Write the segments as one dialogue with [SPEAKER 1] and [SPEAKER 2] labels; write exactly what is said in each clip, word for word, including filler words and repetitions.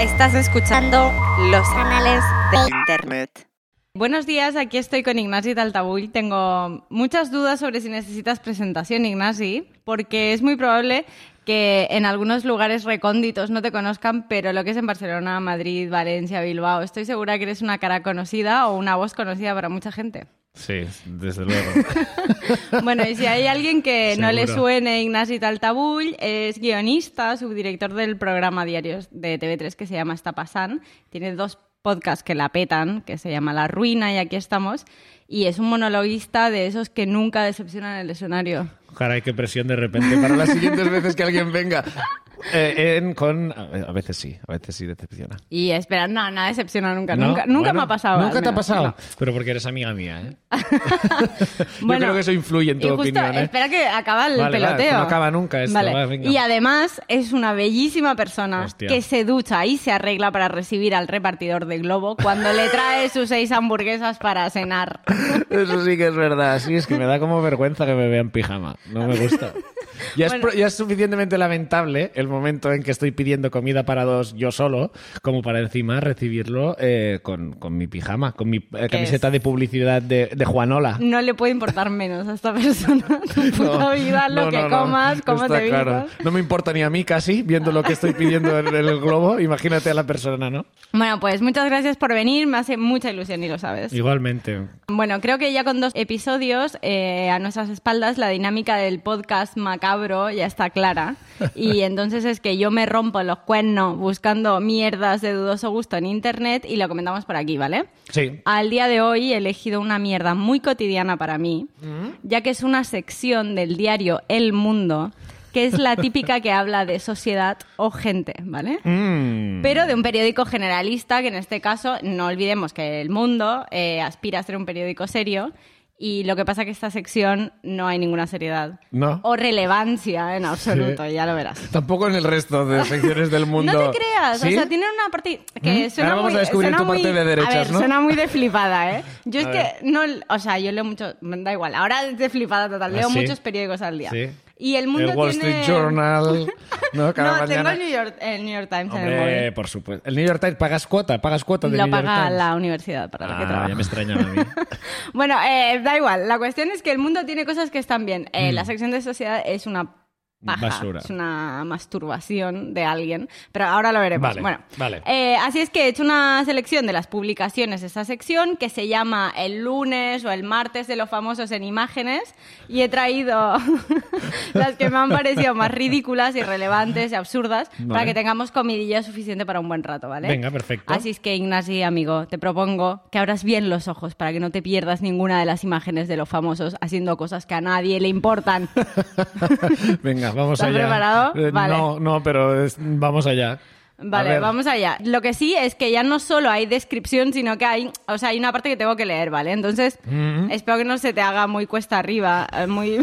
[SPEAKER 1] Estás escuchando los canales de Internet.
[SPEAKER 2] Buenos días, aquí estoy con Ignasi Taltabull. Tengo muchas dudas sobre si necesitas presentación, Ignasi, porque es muy probable que en algunos lugares recónditos no te conozcan, pero lo que es en Barcelona, Madrid, Valencia, Bilbao, estoy segura que eres una cara conocida o una voz conocida para mucha gente.
[SPEAKER 3] Sí, desde luego.
[SPEAKER 2] Bueno, y si hay alguien que
[SPEAKER 3] Seguro.
[SPEAKER 2] no le suene Ignasi Taltabull, es guionista, subdirector del programa diarios de T V tres que se llama Està Passant. Tiene dos podcasts que la petan, que se llama La Ruina y Aquí estamos, y es un monologuista de esos que nunca decepcionan el escenario.
[SPEAKER 3] Caray, qué presión de repente para las siguientes veces que alguien venga. Eh, en, con a veces sí, a veces sí decepciona.
[SPEAKER 2] Y espera, no, nada decepciona nunca,
[SPEAKER 3] ¿No?
[SPEAKER 2] nunca, nunca
[SPEAKER 3] Bueno,
[SPEAKER 2] me ha pasado.
[SPEAKER 3] ¿Nunca te ha
[SPEAKER 2] menos,
[SPEAKER 3] pasado?
[SPEAKER 2] no.
[SPEAKER 3] Pero porque eres amiga mía, ¿eh?
[SPEAKER 2] Bueno,
[SPEAKER 3] yo creo que eso influye en tu
[SPEAKER 2] y justo,
[SPEAKER 3] opinión, ¿eh?
[SPEAKER 2] Espera que acaba el
[SPEAKER 3] Vale,
[SPEAKER 2] peloteo.
[SPEAKER 3] vale, no acaba nunca esto.
[SPEAKER 2] Vale.
[SPEAKER 3] Va, venga.
[SPEAKER 2] Y además es una bellísima persona.
[SPEAKER 3] Hostia.
[SPEAKER 2] Que se ducha y se arregla para recibir al repartidor de Globo cuando le trae sus seis hamburguesas para cenar.
[SPEAKER 3] Eso sí que es verdad. Sí, es que me da como vergüenza que me vea en pijama. No me gusta. Ya,
[SPEAKER 2] Bueno.
[SPEAKER 3] es, pro- ya es suficientemente lamentable el momento en que estoy pidiendo comida para dos yo solo, como para encima recibirlo eh, con, con mi pijama, con mi eh, camiseta
[SPEAKER 2] es?
[SPEAKER 3] de publicidad de, de Juanola.
[SPEAKER 2] No le puede importar menos a esta persona tu puta vida, lo
[SPEAKER 3] no,
[SPEAKER 2] que
[SPEAKER 3] no, no.
[SPEAKER 2] comas, cómo
[SPEAKER 3] Está
[SPEAKER 2] te
[SPEAKER 3] claro.
[SPEAKER 2] vistas.
[SPEAKER 3] No me importa ni a mí casi, viendo lo que estoy pidiendo en el globo. Imagínate a la persona, ¿no?
[SPEAKER 2] Bueno, pues muchas gracias por venir. Me hace mucha ilusión y lo sabes.
[SPEAKER 3] Igualmente.
[SPEAKER 2] Bueno, creo que ya con dos episodios eh, a nuestras espaldas la dinámica del podcast macabro ya está clara. Y entonces es que yo me rompo los cuernos buscando mierdas de dudoso gusto en internet y lo comentamos por aquí, ¿vale?
[SPEAKER 3] Sí.
[SPEAKER 2] Al día de hoy he elegido una mierda muy cotidiana para mí, ya que es una sección del diario El Mundo, que es la típica que habla de sociedad o gente, ¿vale?
[SPEAKER 3] Mm.
[SPEAKER 2] Pero de un periódico generalista, que en este caso, no olvidemos que El Mundo eh, aspira a ser un periódico serio, y lo que pasa es que esta sección no hay ninguna seriedad
[SPEAKER 3] No.
[SPEAKER 2] o relevancia en absoluto,
[SPEAKER 3] Sí.
[SPEAKER 2] ya lo verás.
[SPEAKER 3] Tampoco en el resto de secciones del mundo.
[SPEAKER 2] No te creas,
[SPEAKER 3] ¿Sí?
[SPEAKER 2] o sea, tienen una parte que
[SPEAKER 3] ¿Mm?
[SPEAKER 2] suena
[SPEAKER 3] Ahora vamos
[SPEAKER 2] muy,
[SPEAKER 3] a descubrir
[SPEAKER 2] suena
[SPEAKER 3] tu parte
[SPEAKER 2] muy-
[SPEAKER 3] de derechas,
[SPEAKER 2] a ver,
[SPEAKER 3] ¿no?
[SPEAKER 2] suena muy de flipada, ¿eh? Yo es
[SPEAKER 3] A
[SPEAKER 2] que
[SPEAKER 3] ver.
[SPEAKER 2] no, o sea, yo leo mucho, da igual, ahora es de flipada total,
[SPEAKER 3] ¿Ah,
[SPEAKER 2] leo
[SPEAKER 3] sí?
[SPEAKER 2] muchos periódicos al día.
[SPEAKER 3] Sí.
[SPEAKER 2] Y El Mundo
[SPEAKER 3] El Wall
[SPEAKER 2] tiene...
[SPEAKER 3] Street Journal, ¿no? Cada
[SPEAKER 2] no,
[SPEAKER 3] mañana.
[SPEAKER 2] tengo el New York, el New York Times en el
[SPEAKER 3] Hombre,
[SPEAKER 2] móvil.
[SPEAKER 3] por supuesto. ¿El New York Times pagas cuota? ¿Pagas cuota del
[SPEAKER 2] Lo
[SPEAKER 3] New York
[SPEAKER 2] paga
[SPEAKER 3] Times?
[SPEAKER 2] la universidad para la que
[SPEAKER 3] Ah,
[SPEAKER 2] trabajo.
[SPEAKER 3] ya me extrañaba a mí.
[SPEAKER 2] Bueno, eh, da igual. La cuestión es que El Mundo tiene cosas que están bien. Eh,
[SPEAKER 3] Mm.
[SPEAKER 2] La sección de sociedad es una paja,
[SPEAKER 3] Basura.
[SPEAKER 2] es una masturbación de alguien, pero ahora lo veremos.
[SPEAKER 3] Vale,
[SPEAKER 2] bueno,
[SPEAKER 3] vale.
[SPEAKER 2] eh, así es que he hecho una selección de las publicaciones de esta sección que se llama El lunes o el martes de los famosos en imágenes y he traído las que me han parecido más ridículas, irrelevantes y absurdas para
[SPEAKER 3] Vale.
[SPEAKER 2] que tengamos comidilla suficiente para un buen rato, ¿vale?
[SPEAKER 3] Venga, perfecto.
[SPEAKER 2] Así es que, Ignasi, amigo, te propongo que abras bien los ojos para que no te pierdas ninguna de las imágenes de los famosos haciendo cosas que a nadie le importan.
[SPEAKER 3] Venga, vamos
[SPEAKER 2] ¿Estás
[SPEAKER 3] allá.
[SPEAKER 2] preparado?
[SPEAKER 3] Eh,
[SPEAKER 2] Vale.
[SPEAKER 3] No, no, pero es- vamos allá. A
[SPEAKER 2] Vale,
[SPEAKER 3] ver.
[SPEAKER 2] vamos allá. Lo que sí es que ya no solo hay descripción, sino que hay, o sea, hay una parte que tengo que leer, ¿vale? Entonces,
[SPEAKER 3] Mm-hmm.
[SPEAKER 2] espero que no se te haga muy cuesta arriba, eh, muy...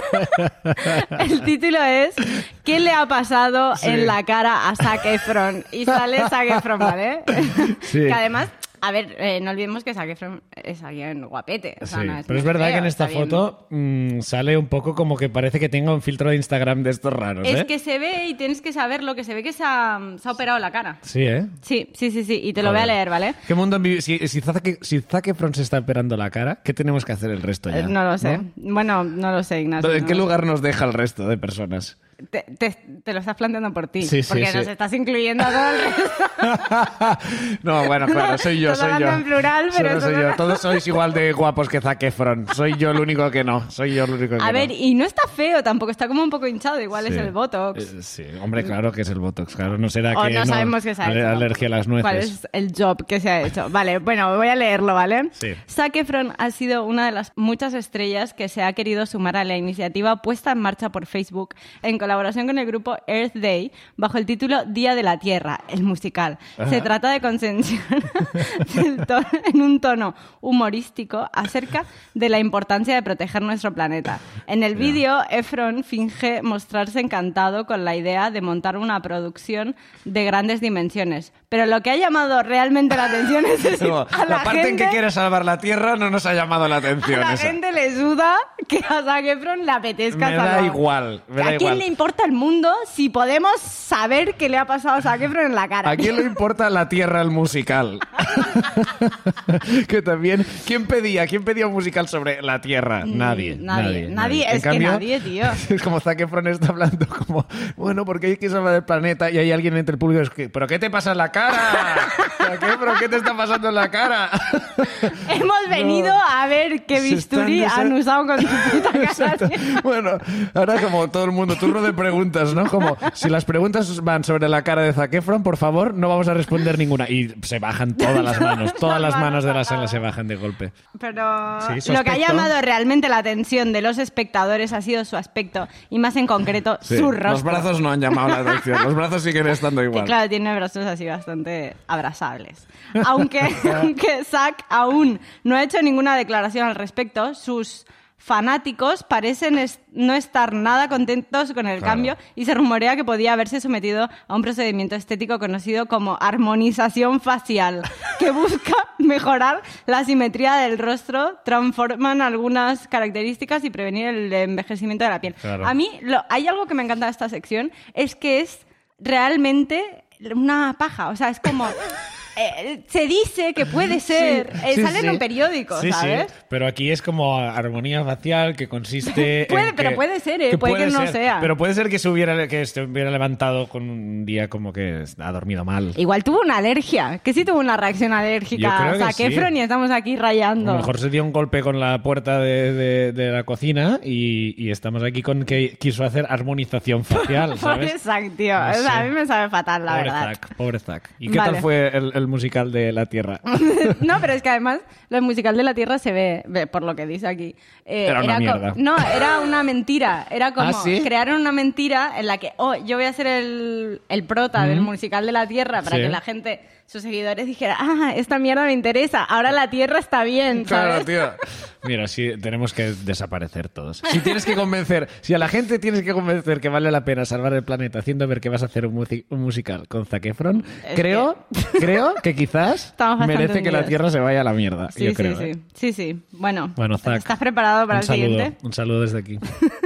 [SPEAKER 2] El título es ¿Qué le ha pasado
[SPEAKER 3] Sí.
[SPEAKER 2] en la cara a Zac Efron? Y sale Zac Efron, ¿vale?
[SPEAKER 3] Sí.
[SPEAKER 2] Que además, a ver, eh, no olvidemos que Zac Efron es alguien guapete. O sea,
[SPEAKER 3] Sí,
[SPEAKER 2] no
[SPEAKER 3] pero es
[SPEAKER 2] muy
[SPEAKER 3] verdad
[SPEAKER 2] feo,
[SPEAKER 3] que en esta
[SPEAKER 2] está bien.
[SPEAKER 3] foto mm, sale un poco como que parece que tenga un filtro de Instagram de estos raros,
[SPEAKER 2] Es
[SPEAKER 3] ¿eh?
[SPEAKER 2] que se ve y tienes que saber lo que se ve que se ha, se ha operado la cara.
[SPEAKER 3] Sí, ¿eh?
[SPEAKER 2] Sí, sí, sí, sí. Y te lo voy a
[SPEAKER 3] Joder.
[SPEAKER 2] leer, ¿vale?
[SPEAKER 3] ¿Qué mundo envi- si, si, Zac, si Zac Efron se está operando la cara, ¿qué tenemos que hacer el resto ya?
[SPEAKER 2] Eh, No lo sé.
[SPEAKER 3] ¿No?
[SPEAKER 2] Bueno, no lo sé, Ignacio.
[SPEAKER 3] ¿En
[SPEAKER 2] no
[SPEAKER 3] qué
[SPEAKER 2] lo sé.
[SPEAKER 3] lugar nos deja el resto de personas?
[SPEAKER 2] Te, te- te lo estás planteando por ti.
[SPEAKER 3] Sí, sí,
[SPEAKER 2] porque
[SPEAKER 3] sí.
[SPEAKER 2] nos estás incluyendo a todo el resto.
[SPEAKER 3] No, bueno, claro, soy yo,
[SPEAKER 2] Estás
[SPEAKER 3] soy yo.
[SPEAKER 2] hablando en plural, pero
[SPEAKER 3] Solo
[SPEAKER 2] eso
[SPEAKER 3] soy
[SPEAKER 2] no-
[SPEAKER 3] yo. Todos sois igual de guapos que Zac Efron. Soy yo el único que no. Soy yo el único que
[SPEAKER 2] A
[SPEAKER 3] no.
[SPEAKER 2] ver, y no está feo tampoco, está como un poco hinchado, igual es
[SPEAKER 3] Sí.
[SPEAKER 2] el Botox.
[SPEAKER 3] Eh, Sí, hombre, claro que es el Botox, claro. No será
[SPEAKER 2] O
[SPEAKER 3] que
[SPEAKER 2] no sabemos qué se ha
[SPEAKER 3] ale-
[SPEAKER 2] hecho.
[SPEAKER 3] alergia a las nueces.
[SPEAKER 2] ¿Cuál es el job que se ha hecho? Vale, bueno, voy a leerlo, ¿vale?
[SPEAKER 3] Sí.
[SPEAKER 2] Zac Efron ha sido una de las muchas estrellas que se ha querido sumar a la iniciativa puesta en marcha por Facebook en colaboración con el grupo Earth Day bajo el título Día de la Tierra, el musical.
[SPEAKER 3] Ajá.
[SPEAKER 2] Se trata de concienciar del to- en un tono humorístico acerca de la importancia de proteger nuestro planeta. En el vídeo, Efron finge mostrarse encantado con la idea de montar una producción de grandes dimensiones, Pero lo que ha llamado realmente la atención es decir,
[SPEAKER 3] No,
[SPEAKER 2] a la,
[SPEAKER 3] la parte
[SPEAKER 2] gente,
[SPEAKER 3] en que quiere salvar la Tierra no nos ha llamado la atención.
[SPEAKER 2] a la
[SPEAKER 3] esa.
[SPEAKER 2] gente le suda que a Zac Efron le apetezca
[SPEAKER 3] Me da
[SPEAKER 2] salvar.
[SPEAKER 3] igual, me
[SPEAKER 2] ¿A
[SPEAKER 3] da
[SPEAKER 2] quién
[SPEAKER 3] igual.
[SPEAKER 2] le importa el mundo si podemos saber qué le ha pasado a Zac Efron en la cara?
[SPEAKER 3] ¿A quién le importa la Tierra el musical? Que también... ¿Quién pedía? ¿Quién pedía un musical sobre la Tierra? Nadie.
[SPEAKER 2] Nadie,
[SPEAKER 3] Nadie.
[SPEAKER 2] nadie,
[SPEAKER 3] En
[SPEAKER 2] es que
[SPEAKER 3] cambio,
[SPEAKER 2] nadie, tío.
[SPEAKER 3] Es como Zac Efron está hablando como... Bueno, porque hay que salvar el planeta y hay alguien entre el público que es que... ¿Pero qué te pasa en la cara? Zac Efron, ¿qué te está pasando en la cara?
[SPEAKER 2] Hemos venido a ver qué
[SPEAKER 3] Se
[SPEAKER 2] bisturí
[SPEAKER 3] están
[SPEAKER 2] han
[SPEAKER 3] desa-
[SPEAKER 2] usado con tu puta cara.
[SPEAKER 3] Exacto. Bueno, ahora como todo el mundo, turno de preguntas, ¿no? Como si las preguntas van sobre la cara de Zac Efron, por favor, no vamos a responder ninguna. Y se bajan todas las manos, todas las manos de la sala se bajan de golpe.
[SPEAKER 2] Pero
[SPEAKER 3] Sí, su
[SPEAKER 2] lo que ha
[SPEAKER 3] aspecto.
[SPEAKER 2] llamado realmente la atención de los espectadores ha sido su aspecto y más en concreto
[SPEAKER 3] Sí,
[SPEAKER 2] su rostro.
[SPEAKER 3] los brazos no han llamado la atención, los brazos siguen estando
[SPEAKER 2] Que
[SPEAKER 3] igual.
[SPEAKER 2] claro, tiene brazos así bastante abrasables. Aunque, aunque Zac aún no ha hecho ninguna declaración al respecto, sus fanáticos parecen es- no estar nada contentos con el
[SPEAKER 3] Claro.
[SPEAKER 2] cambio y se rumorea que podía haberse sometido a un procedimiento estético conocido como armonización facial, que busca mejorar la simetría del rostro, transforman algunas características y prevenir el envejecimiento de la piel.
[SPEAKER 3] Claro.
[SPEAKER 2] A mí lo- hay algo que me encanta de esta sección, es que es realmente una paja, o sea, es como... eh, se dice que puede ser,
[SPEAKER 3] Sí,
[SPEAKER 2] eh,
[SPEAKER 3] sí,
[SPEAKER 2] sale
[SPEAKER 3] sí.
[SPEAKER 2] en un periódico,
[SPEAKER 3] Sí,
[SPEAKER 2] ¿sabes?
[SPEAKER 3] sí, pero aquí es como armonía facial que consiste
[SPEAKER 2] Puede,
[SPEAKER 3] en
[SPEAKER 2] pero
[SPEAKER 3] que-
[SPEAKER 2] puede ser, ¿eh? Puede que no
[SPEAKER 3] ser,
[SPEAKER 2] sea.
[SPEAKER 3] Pero puede ser que se hubiera, que se hubiera levantado con un día como que ha dormido mal.
[SPEAKER 2] Igual tuvo una alergia, que sí tuvo una reacción
[SPEAKER 3] Yo
[SPEAKER 2] alérgica
[SPEAKER 3] creo
[SPEAKER 2] a
[SPEAKER 3] que
[SPEAKER 2] Zac
[SPEAKER 3] sí.
[SPEAKER 2] Efron y estamos aquí
[SPEAKER 3] A
[SPEAKER 2] rayando.
[SPEAKER 3] lo mejor se dio un golpe con la puerta de, de- de la cocina y, y estamos aquí con que quiso hacer armonización facial,
[SPEAKER 2] Pobre
[SPEAKER 3] ¿sabes?
[SPEAKER 2] Zac, tío.
[SPEAKER 3] No
[SPEAKER 2] O sea, a
[SPEAKER 3] sé.
[SPEAKER 2] mí me sabe fatal, la
[SPEAKER 3] Pobre
[SPEAKER 2] verdad.
[SPEAKER 3] Zac, pobre Zac. ¿Y qué
[SPEAKER 2] Vale.
[SPEAKER 3] tal fue el, el musical de La Tierra?
[SPEAKER 2] No, pero es que además lo musical de la Tierra se ve, ve, por lo que dice aquí. eh,
[SPEAKER 3] Era una
[SPEAKER 2] co-
[SPEAKER 3] mierda.
[SPEAKER 2] No, era una mentira. Era como
[SPEAKER 3] ¿Ah, sí?
[SPEAKER 2] crearon una mentira en la que, oh, yo voy a ser el, el prota del musical de la Tierra para
[SPEAKER 3] Sí.
[SPEAKER 2] que la gente, sus seguidores, dijera, ah, esta mierda me interesa, ahora la Tierra está bien, ¿sabes?
[SPEAKER 3] Claro, tío. Mira, sí, tenemos que desaparecer todos. Si tienes que convencer, si a la gente tienes que convencer que vale la pena salvar el planeta haciendo ver que vas a hacer un, musi- un musical con Zac Efron,
[SPEAKER 2] Es
[SPEAKER 3] creo, creo que quizás
[SPEAKER 2] Estamos bastante
[SPEAKER 3] merece que la
[SPEAKER 2] hundidos.
[SPEAKER 3] Tierra se vaya a la mierda.
[SPEAKER 2] Sí,
[SPEAKER 3] yo
[SPEAKER 2] sí,
[SPEAKER 3] creo,
[SPEAKER 2] sí,
[SPEAKER 3] ¿eh?
[SPEAKER 2] sí, sí. Bueno,
[SPEAKER 3] Bueno, Zac,
[SPEAKER 2] ¿estás preparado para
[SPEAKER 3] un
[SPEAKER 2] el
[SPEAKER 3] saludo,
[SPEAKER 2] siguiente?
[SPEAKER 3] un saludo desde aquí.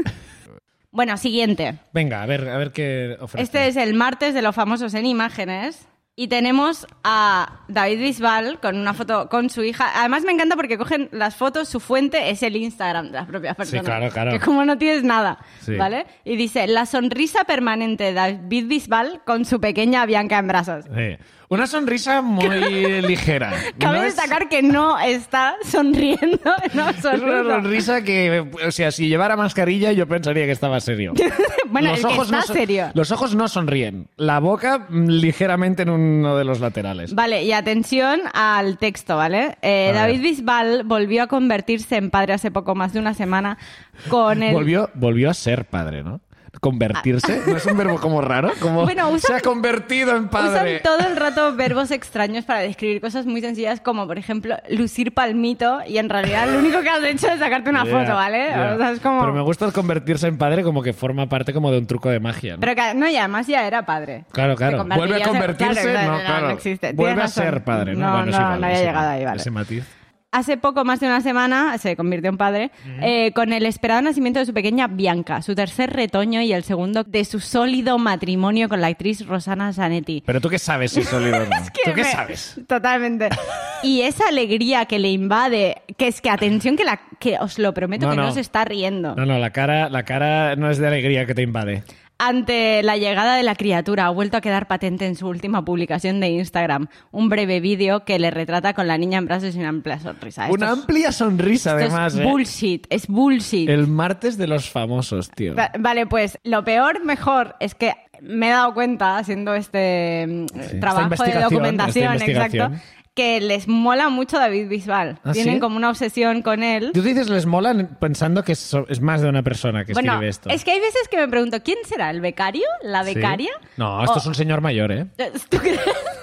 [SPEAKER 2] Bueno, siguiente.
[SPEAKER 3] Venga, a ver, a ver qué ofrece.
[SPEAKER 2] Este es el martes de los famosos en imágenes. Y tenemos a David Bisbal con una foto con su hija. Además me encanta porque cogen las fotos, su fuente es el Instagram de las propias personas.
[SPEAKER 3] claro, claro.
[SPEAKER 2] Que como no tienes nada,
[SPEAKER 3] Sí.
[SPEAKER 2] ¿vale? Y dice, la sonrisa permanente de David Bisbal con su pequeña Bianca en brazos.
[SPEAKER 3] Sí. Una sonrisa muy ligera.
[SPEAKER 2] Cabe
[SPEAKER 3] No es-
[SPEAKER 2] destacar que no está sonriendo en
[SPEAKER 3] Es una
[SPEAKER 2] absoluto.
[SPEAKER 3] sonrisa que, o sea, si llevara mascarilla yo pensaría que estaba serio.
[SPEAKER 2] Bueno, el que está
[SPEAKER 3] no son-
[SPEAKER 2] serio.
[SPEAKER 3] Los ojos no sonríen. La boca mm, ligeramente en uno de los laterales.
[SPEAKER 2] Vale, y atención al texto, ¿vale? Eh,
[SPEAKER 3] A ver.
[SPEAKER 2] David Bisbal volvió a convertirse en padre hace poco más de una semana con el...
[SPEAKER 3] Volvió, volvió a ser padre, ¿no? Convertirse. ¿No es un verbo como raro? Como
[SPEAKER 2] Bueno, usan-
[SPEAKER 3] se ha convertido en padre.
[SPEAKER 2] Usan todo el rato verbos extraños para describir cosas muy sencillas como, por ejemplo, lucir palmito y en realidad lo único que has hecho es sacarte una
[SPEAKER 3] Ya,
[SPEAKER 2] foto, ¿vale?
[SPEAKER 3] ya.
[SPEAKER 2] O sea, es como...
[SPEAKER 3] Pero me gusta el convertirse en padre como que forma parte como de un truco de magia, ¿no?
[SPEAKER 2] Pero que- no, y además ya era padre.
[SPEAKER 3] Claro, claro.
[SPEAKER 2] Se convertiría
[SPEAKER 3] Vuelve a
[SPEAKER 2] ser-
[SPEAKER 3] convertirse,
[SPEAKER 2] claro,
[SPEAKER 3] no, claro.
[SPEAKER 2] existe.
[SPEAKER 3] Vuelve
[SPEAKER 2] Tienes
[SPEAKER 3] a
[SPEAKER 2] razón.
[SPEAKER 3] ser padre, ¿no?
[SPEAKER 2] No,
[SPEAKER 3] Bueno, es
[SPEAKER 2] no,
[SPEAKER 3] igual,
[SPEAKER 2] no había
[SPEAKER 3] es
[SPEAKER 2] llegado
[SPEAKER 3] igual.
[SPEAKER 2] ahí, vale.
[SPEAKER 3] Ese matiz.
[SPEAKER 2] Hace poco más de una semana se convirtió en padre eh, con el esperado nacimiento de su pequeña Bianca, su tercer retoño y el segundo de su sólido matrimonio con la actriz Rosanna Zanetti.
[SPEAKER 3] Pero tú qué sabes si es sólido o no.
[SPEAKER 2] Que
[SPEAKER 3] ¿Tú qué
[SPEAKER 2] me-
[SPEAKER 3] sabes?
[SPEAKER 2] Totalmente. Y esa alegría que le invade, que es que atención que la que os lo prometo
[SPEAKER 3] No,
[SPEAKER 2] que no,
[SPEAKER 3] no.
[SPEAKER 2] se está riendo.
[SPEAKER 3] No, no, la cara, la cara no es de alegría que te invade.
[SPEAKER 2] Ante la llegada de la criatura, ha vuelto a quedar patente en su última publicación de Instagram un breve vídeo que le retrata con la niña en brazos y una amplia sonrisa. Esto
[SPEAKER 3] Una
[SPEAKER 2] es-
[SPEAKER 3] amplia sonrisa,
[SPEAKER 2] esto
[SPEAKER 3] además.
[SPEAKER 2] es
[SPEAKER 3] ¿eh?
[SPEAKER 2] bullshit, es bullshit.
[SPEAKER 3] El martes de los famosos, tío.
[SPEAKER 2] Va- Vale, pues lo peor, mejor, es que me he dado cuenta haciendo este mm,
[SPEAKER 3] esta
[SPEAKER 2] trabajo de
[SPEAKER 3] investigación,
[SPEAKER 2] documentación,
[SPEAKER 3] esta investigación.
[SPEAKER 2] exacto, que les mola mucho David Bisbal.
[SPEAKER 3] ¿Ah,
[SPEAKER 2] Tienen
[SPEAKER 3] sí?
[SPEAKER 2] como una obsesión con él.
[SPEAKER 3] Tú dices les molan pensando que es, es más de una persona que
[SPEAKER 2] Bueno,
[SPEAKER 3] escribe esto.
[SPEAKER 2] es que hay veces que me pregunto, ¿quién será? ¿El becario? ¿La
[SPEAKER 3] ¿Sí?
[SPEAKER 2] becaria?
[SPEAKER 3] No, esto
[SPEAKER 2] O-
[SPEAKER 3] es un señor mayor, ¿eh?
[SPEAKER 2] ¿Tú crees?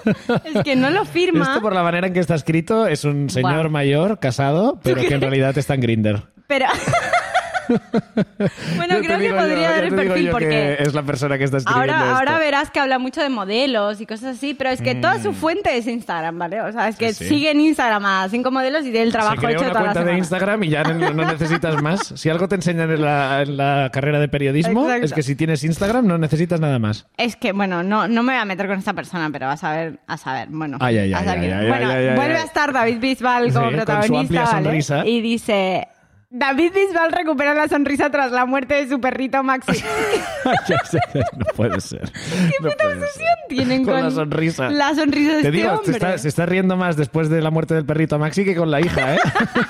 [SPEAKER 2] Es que no lo firma.
[SPEAKER 3] Esto, por la manera en que está escrito, es un señor
[SPEAKER 2] Bueno.
[SPEAKER 3] mayor, casado, pero que en realidad está en Grindr.
[SPEAKER 2] Pero... Bueno,
[SPEAKER 3] Yo
[SPEAKER 2] creo
[SPEAKER 3] te
[SPEAKER 2] que
[SPEAKER 3] digo
[SPEAKER 2] podría
[SPEAKER 3] yo,
[SPEAKER 2] dar
[SPEAKER 3] ya
[SPEAKER 2] el
[SPEAKER 3] te digo
[SPEAKER 2] perfil
[SPEAKER 3] yo
[SPEAKER 2] porque...
[SPEAKER 3] que es la persona que está escribiendo
[SPEAKER 2] Ahora,
[SPEAKER 3] esto.
[SPEAKER 2] ahora verás que habla mucho de modelos y cosas así, pero es que toda su fuente es Instagram, ¿vale? O sea, es que
[SPEAKER 3] Sí, sí.
[SPEAKER 2] sigue en Instagram a cinco modelos y del trabajo
[SPEAKER 3] Se crea
[SPEAKER 2] hecho
[SPEAKER 3] una
[SPEAKER 2] toda la
[SPEAKER 3] cuenta de
[SPEAKER 2] semana.
[SPEAKER 3] Instagram y ya no, no necesitas más. Si algo te enseñan en la, en la carrera de periodismo,
[SPEAKER 2] Exacto.
[SPEAKER 3] es que si tienes Instagram no necesitas nada más.
[SPEAKER 2] Es que, bueno, no, no me voy a meter con esta persona, pero vas a ver, a saber, bueno.
[SPEAKER 3] Ay, ay,
[SPEAKER 2] a
[SPEAKER 3] ay,
[SPEAKER 2] saber.
[SPEAKER 3] ay, ay,
[SPEAKER 2] Bueno,
[SPEAKER 3] ay, ay,
[SPEAKER 2] vuelve
[SPEAKER 3] ay.
[SPEAKER 2] a estar David Bisbal como
[SPEAKER 3] Sí, con su
[SPEAKER 2] protagonista,
[SPEAKER 3] amplia
[SPEAKER 2] ¿vale?
[SPEAKER 3] sonrisa.
[SPEAKER 2] Y dice... David Bisbal recupera la sonrisa tras la muerte de su perrito Maxi.
[SPEAKER 3] Ya sé, no puede ser.
[SPEAKER 2] ¿Qué
[SPEAKER 3] No
[SPEAKER 2] puta
[SPEAKER 3] puede
[SPEAKER 2] obsesión
[SPEAKER 3] ser.
[SPEAKER 2] tienen con,
[SPEAKER 3] Con la sonrisa.
[SPEAKER 2] La sonrisa de
[SPEAKER 3] Te
[SPEAKER 2] este
[SPEAKER 3] digo, se
[SPEAKER 2] hombre.
[SPEAKER 3] está, se está riendo más después de la muerte del perrito Maxi que con la hija, ¿eh?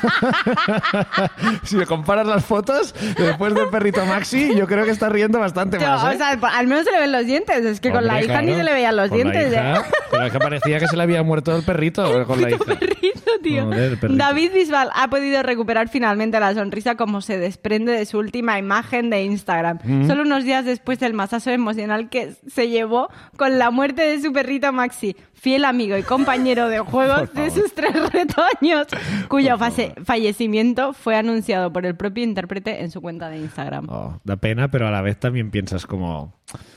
[SPEAKER 3] Si me comparas las fotos, después del perrito Maxi, yo creo que está riendo bastante
[SPEAKER 2] Yo,
[SPEAKER 3] más, ¿eh?
[SPEAKER 2] O sea, al menos se le ven los dientes. Es que con
[SPEAKER 3] Hombre,
[SPEAKER 2] la hija
[SPEAKER 3] claro.
[SPEAKER 2] ni se le veían los
[SPEAKER 3] Con
[SPEAKER 2] dientes.
[SPEAKER 3] La
[SPEAKER 2] ¿eh?
[SPEAKER 3] hija, con la hija parecía que se le había muerto el perrito con la hija.
[SPEAKER 2] Perrito, tío.
[SPEAKER 3] Joder, perrito.
[SPEAKER 2] David Bisbal ha podido recuperar finalmente la sonrisa como se desprende de su última imagen de Instagram.
[SPEAKER 3] Mm.
[SPEAKER 2] Solo unos días después del masazo emocional que se llevó con la muerte de su perrito Maxi, fiel amigo y compañero de juegos de sus tres retoños, cuyo fase- fallecimiento fue anunciado por el propio intérprete en su cuenta de Instagram.
[SPEAKER 3] Oh, da pena, pero a la vez también piensas como...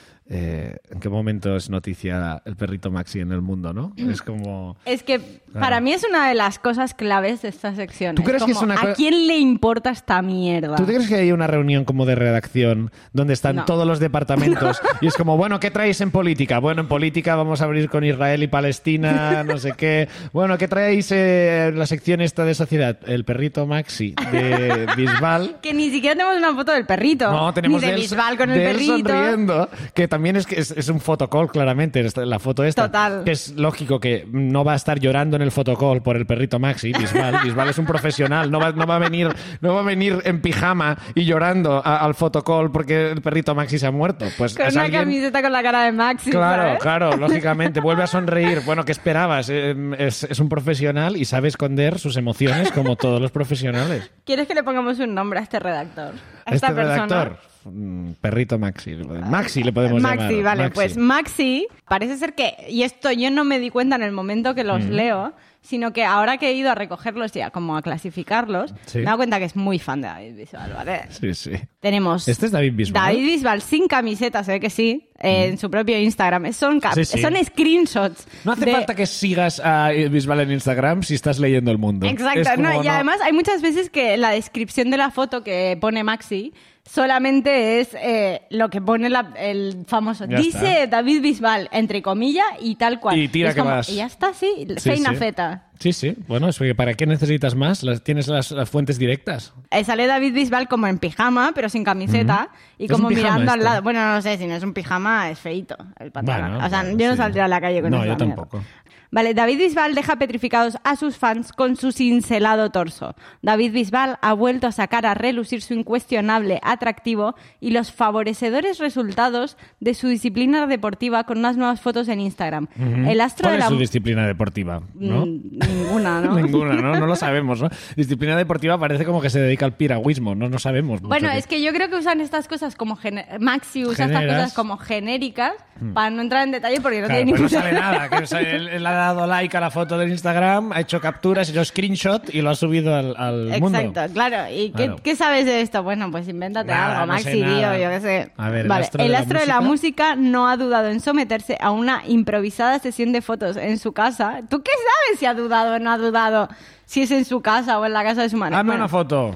[SPEAKER 3] eh, ¿en qué momento es noticia el perrito Maxi en el mundo, no? Es como...
[SPEAKER 2] Es que para mí es una de las cosas claves de esta sección.
[SPEAKER 3] ¿Tú crees que
[SPEAKER 2] como,
[SPEAKER 3] es una
[SPEAKER 2] ¿a
[SPEAKER 3] co-
[SPEAKER 2] quién le importa esta mierda?
[SPEAKER 3] ¿Tú te crees que hay una reunión como de redacción donde están
[SPEAKER 2] No.
[SPEAKER 3] todos los departamentos y es como, bueno, ¿qué traéis en política? Bueno, en política vamos a abrir con Israel y Palestina, no sé qué. Bueno, ¿qué traéis en la sección esta de sociedad? El perrito Maxi de Bisbal.
[SPEAKER 2] Que ni siquiera tenemos una foto del perrito.
[SPEAKER 3] No, tenemos
[SPEAKER 2] ni de
[SPEAKER 3] él-
[SPEAKER 2] Bisbal con el
[SPEAKER 3] de él
[SPEAKER 2] perrito.
[SPEAKER 3] sonriendo, que también es que es, es un photocall, claramente, esta- la foto esta.
[SPEAKER 2] Total.
[SPEAKER 3] Que es lógico que no va a estar llorando en el photocall por el perrito Maxi, Bisbal. Bisbal es un profesional, no va, no va a venir, no va a venir en pijama y llorando a- al photocall porque el perrito Maxi se ha muerto. Pues
[SPEAKER 2] Con
[SPEAKER 3] es
[SPEAKER 2] una
[SPEAKER 3] alguien...
[SPEAKER 2] camiseta con la cara de Maxi.
[SPEAKER 3] Claro,
[SPEAKER 2] ¿sabes?
[SPEAKER 3] claro, lógicamente. Vuelve a sonreír. Bueno, ¿qué esperabas? Eh, Es, es un profesional y sabe esconder sus emociones como todos los profesionales.
[SPEAKER 2] ¿Quieres que le pongamos un nombre a este redactor? A
[SPEAKER 3] Este
[SPEAKER 2] esta persona.
[SPEAKER 3] redactor, mm, perrito Maxi. Maxi le podemos
[SPEAKER 2] Maxi,
[SPEAKER 3] llamar.
[SPEAKER 2] vale,
[SPEAKER 3] Maxi.
[SPEAKER 2] pues Maxi, parece ser que, y esto yo no me di cuenta en el momento que
[SPEAKER 3] Mm.
[SPEAKER 2] los leo, sino que ahora que he ido a recogerlos y a, como a clasificarlos,
[SPEAKER 3] Sí.
[SPEAKER 2] me he dado cuenta que es muy fan de David Bisbal, ¿vale?
[SPEAKER 3] Sí, sí.
[SPEAKER 2] Tenemos
[SPEAKER 3] Este es David Bisbal.
[SPEAKER 2] David Bisbal sin camiseta, se ve que sí, eh, en su propio Instagram. Son, cap-
[SPEAKER 3] Sí, sí.
[SPEAKER 2] son screenshots.
[SPEAKER 3] No hace
[SPEAKER 2] de-
[SPEAKER 3] falta que sigas a Bisbal en Instagram si estás leyendo El Mundo.
[SPEAKER 2] Exacto,
[SPEAKER 3] Es como,
[SPEAKER 2] no, y
[SPEAKER 3] no-
[SPEAKER 2] además hay muchas veces que la descripción de la foto que pone Maxi solamente es eh, lo que pone la- el famoso.
[SPEAKER 3] Ya
[SPEAKER 2] Dice
[SPEAKER 3] está.
[SPEAKER 2] David Bisbal, entre comillas, y tal cual.
[SPEAKER 3] Y tira
[SPEAKER 2] es
[SPEAKER 3] que
[SPEAKER 2] como,
[SPEAKER 3] vas.
[SPEAKER 2] Y ya está, sí,
[SPEAKER 3] Sí,
[SPEAKER 2] feina
[SPEAKER 3] sí.
[SPEAKER 2] feta.
[SPEAKER 3] Sí, sí. Bueno, es que ¿para qué necesitas más? Las, tienes las, las fuentes directas.
[SPEAKER 2] Eh, sale David Bisbal como en pijama, pero sin camiseta, y
[SPEAKER 3] ¿Es
[SPEAKER 2] como
[SPEAKER 3] un pijama
[SPEAKER 2] mirando al
[SPEAKER 3] esto?
[SPEAKER 2] lado. Bueno, no sé, si no es un pijama, es feito el pantalón.
[SPEAKER 3] Bueno,
[SPEAKER 2] o sea,
[SPEAKER 3] bueno,
[SPEAKER 2] yo no
[SPEAKER 3] sí.
[SPEAKER 2] saldría a la calle con
[SPEAKER 3] No,
[SPEAKER 2] esa
[SPEAKER 3] yo
[SPEAKER 2] mierda.
[SPEAKER 3] tampoco.
[SPEAKER 2] Vale, David Bisbal deja petrificados a sus fans con su cincelado torso. David Bisbal ha vuelto a sacar a relucir su incuestionable atractivo y los favorecedores resultados de su disciplina deportiva con unas nuevas fotos en Instagram. El astro
[SPEAKER 3] ¿Cuál
[SPEAKER 2] de
[SPEAKER 3] es
[SPEAKER 2] la...
[SPEAKER 3] su disciplina deportiva? ¿no?
[SPEAKER 2] Mm, Ninguna, ¿no?
[SPEAKER 3] Ninguna, ¿no? No lo sabemos, ¿no? Disciplina deportiva parece como que se dedica al piragüismo, no no sabemos. mucho
[SPEAKER 2] Bueno,
[SPEAKER 3] qué-
[SPEAKER 2] es que yo creo que usan estas cosas como... gene- Maxi usa estas
[SPEAKER 3] Generas.
[SPEAKER 2] cosas como genéricas para no entrar en detalle porque no
[SPEAKER 3] Claro,
[SPEAKER 2] tiene
[SPEAKER 3] pues no
[SPEAKER 2] ningún...
[SPEAKER 3] sabe nada. Que, o sea, él, él ha dado like a la foto del Instagram, ha hecho capturas, ha hecho screenshot y lo ha subido al, al mundo.
[SPEAKER 2] Exacto, claro. ¿Y qué,
[SPEAKER 3] Claro.
[SPEAKER 2] qué sabes de esto? Bueno, pues invéntate
[SPEAKER 3] Nada,
[SPEAKER 2] algo,
[SPEAKER 3] no sé
[SPEAKER 2] Maxi, tío,
[SPEAKER 3] nada.
[SPEAKER 2] yo qué sé.
[SPEAKER 3] A ver, el
[SPEAKER 2] Vale,
[SPEAKER 3] astro de la
[SPEAKER 2] astro de la
[SPEAKER 3] música.
[SPEAKER 2] música no ha dudado en someterse a una improvisada sesión de fotos en su casa. ¿Tú qué sabes si ha dudado o no ha dudado? Si es en su casa o en la casa de su madre.
[SPEAKER 3] Hazme
[SPEAKER 2] Bueno,
[SPEAKER 3] una foto.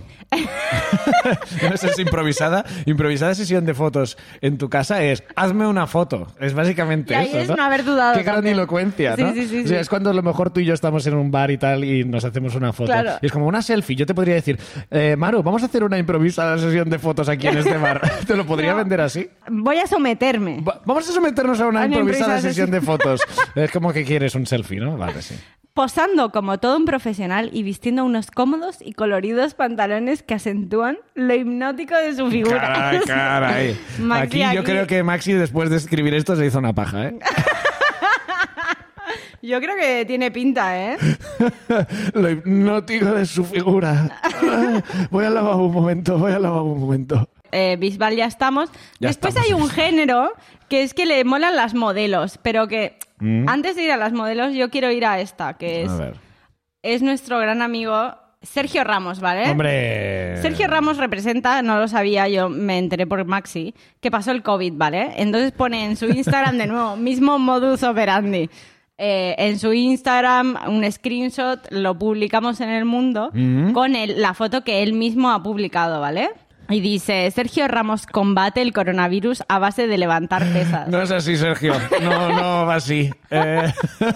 [SPEAKER 3] No sé, es improvisada. Improvisada sesión de fotos en tu casa es hazme una foto. Es básicamente
[SPEAKER 2] Y ahí
[SPEAKER 3] eso,
[SPEAKER 2] es
[SPEAKER 3] ¿no?
[SPEAKER 2] no haber dudado
[SPEAKER 3] Qué
[SPEAKER 2] también.
[SPEAKER 3] grandilocuencia, ¿no?
[SPEAKER 2] Sí, sí, sí,
[SPEAKER 3] O sea,
[SPEAKER 2] sí.
[SPEAKER 3] es cuando a lo mejor tú y yo estamos en un bar y tal y nos hacemos una foto.
[SPEAKER 2] Claro.
[SPEAKER 3] Y es como una selfie. Yo te podría decir, eh, Maru, vamos a hacer una improvisada sesión de fotos aquí en este bar. ¿Te lo podría
[SPEAKER 2] No.
[SPEAKER 3] vender así?
[SPEAKER 2] voy a someterme.
[SPEAKER 3] Va- Vamos a someternos a una
[SPEAKER 2] A una
[SPEAKER 3] improvisada
[SPEAKER 2] improvisada
[SPEAKER 3] sesión de
[SPEAKER 2] sesión.
[SPEAKER 3] fotos. Es como que quieres un selfie, ¿no? Vale, sí.
[SPEAKER 2] Posando como todo un profesional y vistiendo unos cómodos y coloridos pantalones que acentúan lo hipnótico de su figura.
[SPEAKER 3] Caray, caray.
[SPEAKER 2] Maxi,
[SPEAKER 3] aquí, yo
[SPEAKER 2] aquí-
[SPEAKER 3] creo que Maxi, después de escribir esto, se hizo una paja, ¿eh?
[SPEAKER 2] Yo creo que tiene pinta, ¿eh?
[SPEAKER 3] Lo hipnótico de su figura. Ah, voy al lavabo un momento, voy al lavabo un momento.
[SPEAKER 2] Eh, Bisbal ya estamos.
[SPEAKER 3] Ya
[SPEAKER 2] Después
[SPEAKER 3] estamos.
[SPEAKER 2] hay un género que es que le molan las modelos, pero que
[SPEAKER 3] Mm.
[SPEAKER 2] antes de ir a las modelos yo quiero ir a esta, que es,
[SPEAKER 3] A ver.
[SPEAKER 2] es nuestro gran amigo Sergio Ramos, ¿vale?
[SPEAKER 3] Hombre...
[SPEAKER 2] Sergio Ramos representa, no lo sabía, yo me enteré por Maxi, que pasó el COVID, ¿vale? Entonces pone en su Instagram de nuevo, mismo modus operandi. Eh, en su Instagram, un screenshot, lo publicamos en El Mundo, mm-hmm. con el, la foto que él mismo ha publicado, ¿vale? Y dice, Sergio Ramos combate el coronavirus a base de levantar pesas.
[SPEAKER 3] No es así, Sergio. No, no va así. Eh,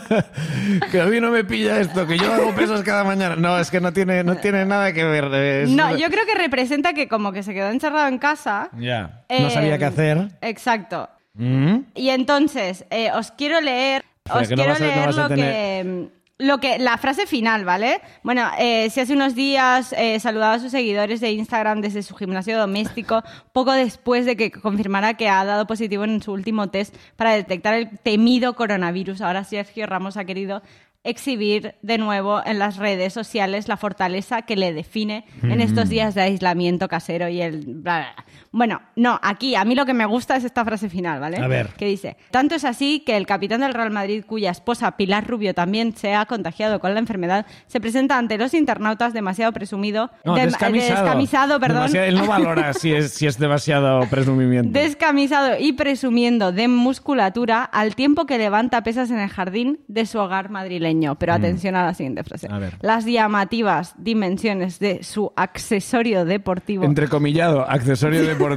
[SPEAKER 3] que a mí no me pilla esto, que yo hago pesas cada mañana. No, es que no tiene, no tiene nada que ver. Es...
[SPEAKER 2] No, yo creo que representa que como que se quedó encerrado en casa.
[SPEAKER 3] Ya,
[SPEAKER 2] eh,
[SPEAKER 3] no sabía qué hacer.
[SPEAKER 2] Exacto.
[SPEAKER 3] ¿Mm?
[SPEAKER 2] Y entonces, eh, os quiero leer,
[SPEAKER 3] o sea,
[SPEAKER 2] os
[SPEAKER 3] que
[SPEAKER 2] quiero
[SPEAKER 3] no vas a,
[SPEAKER 2] leer
[SPEAKER 3] no vas a
[SPEAKER 2] lo
[SPEAKER 3] tener...
[SPEAKER 2] que... Lo que, la frase final, ¿vale? Bueno, eh, si hace unos días eh, saludaba a sus seguidores de Instagram desde su gimnasio doméstico, poco después de que confirmara que ha dado positivo en su último test para detectar el temido coronavirus. Ahora Sergio Ramos ha querido exhibir de nuevo en las redes sociales la fortaleza que le define mm. en estos días de aislamiento casero y el... Bla, bla, bla. Bueno, no, aquí a mí lo que me gusta es esta frase final, ¿vale?
[SPEAKER 3] A ver.
[SPEAKER 2] Que dice, tanto es así que el capitán del Real Madrid, cuya esposa Pilar Rubio también se ha contagiado con la enfermedad, se presenta ante los internautas demasiado presumido...
[SPEAKER 3] No,
[SPEAKER 2] de,
[SPEAKER 3] descamisado.
[SPEAKER 2] Descamisado, perdón.
[SPEAKER 3] Demasiado, él no valora si es, si es demasiado presumimiento.
[SPEAKER 2] Descamisado y presumiendo de musculatura al tiempo que levanta pesas en el jardín de su hogar madrileño. Pero atención mm. a la siguiente frase.
[SPEAKER 3] A ver.
[SPEAKER 2] Las llamativas dimensiones de su accesorio deportivo...
[SPEAKER 3] Entrecomillado, accesorio deportivo.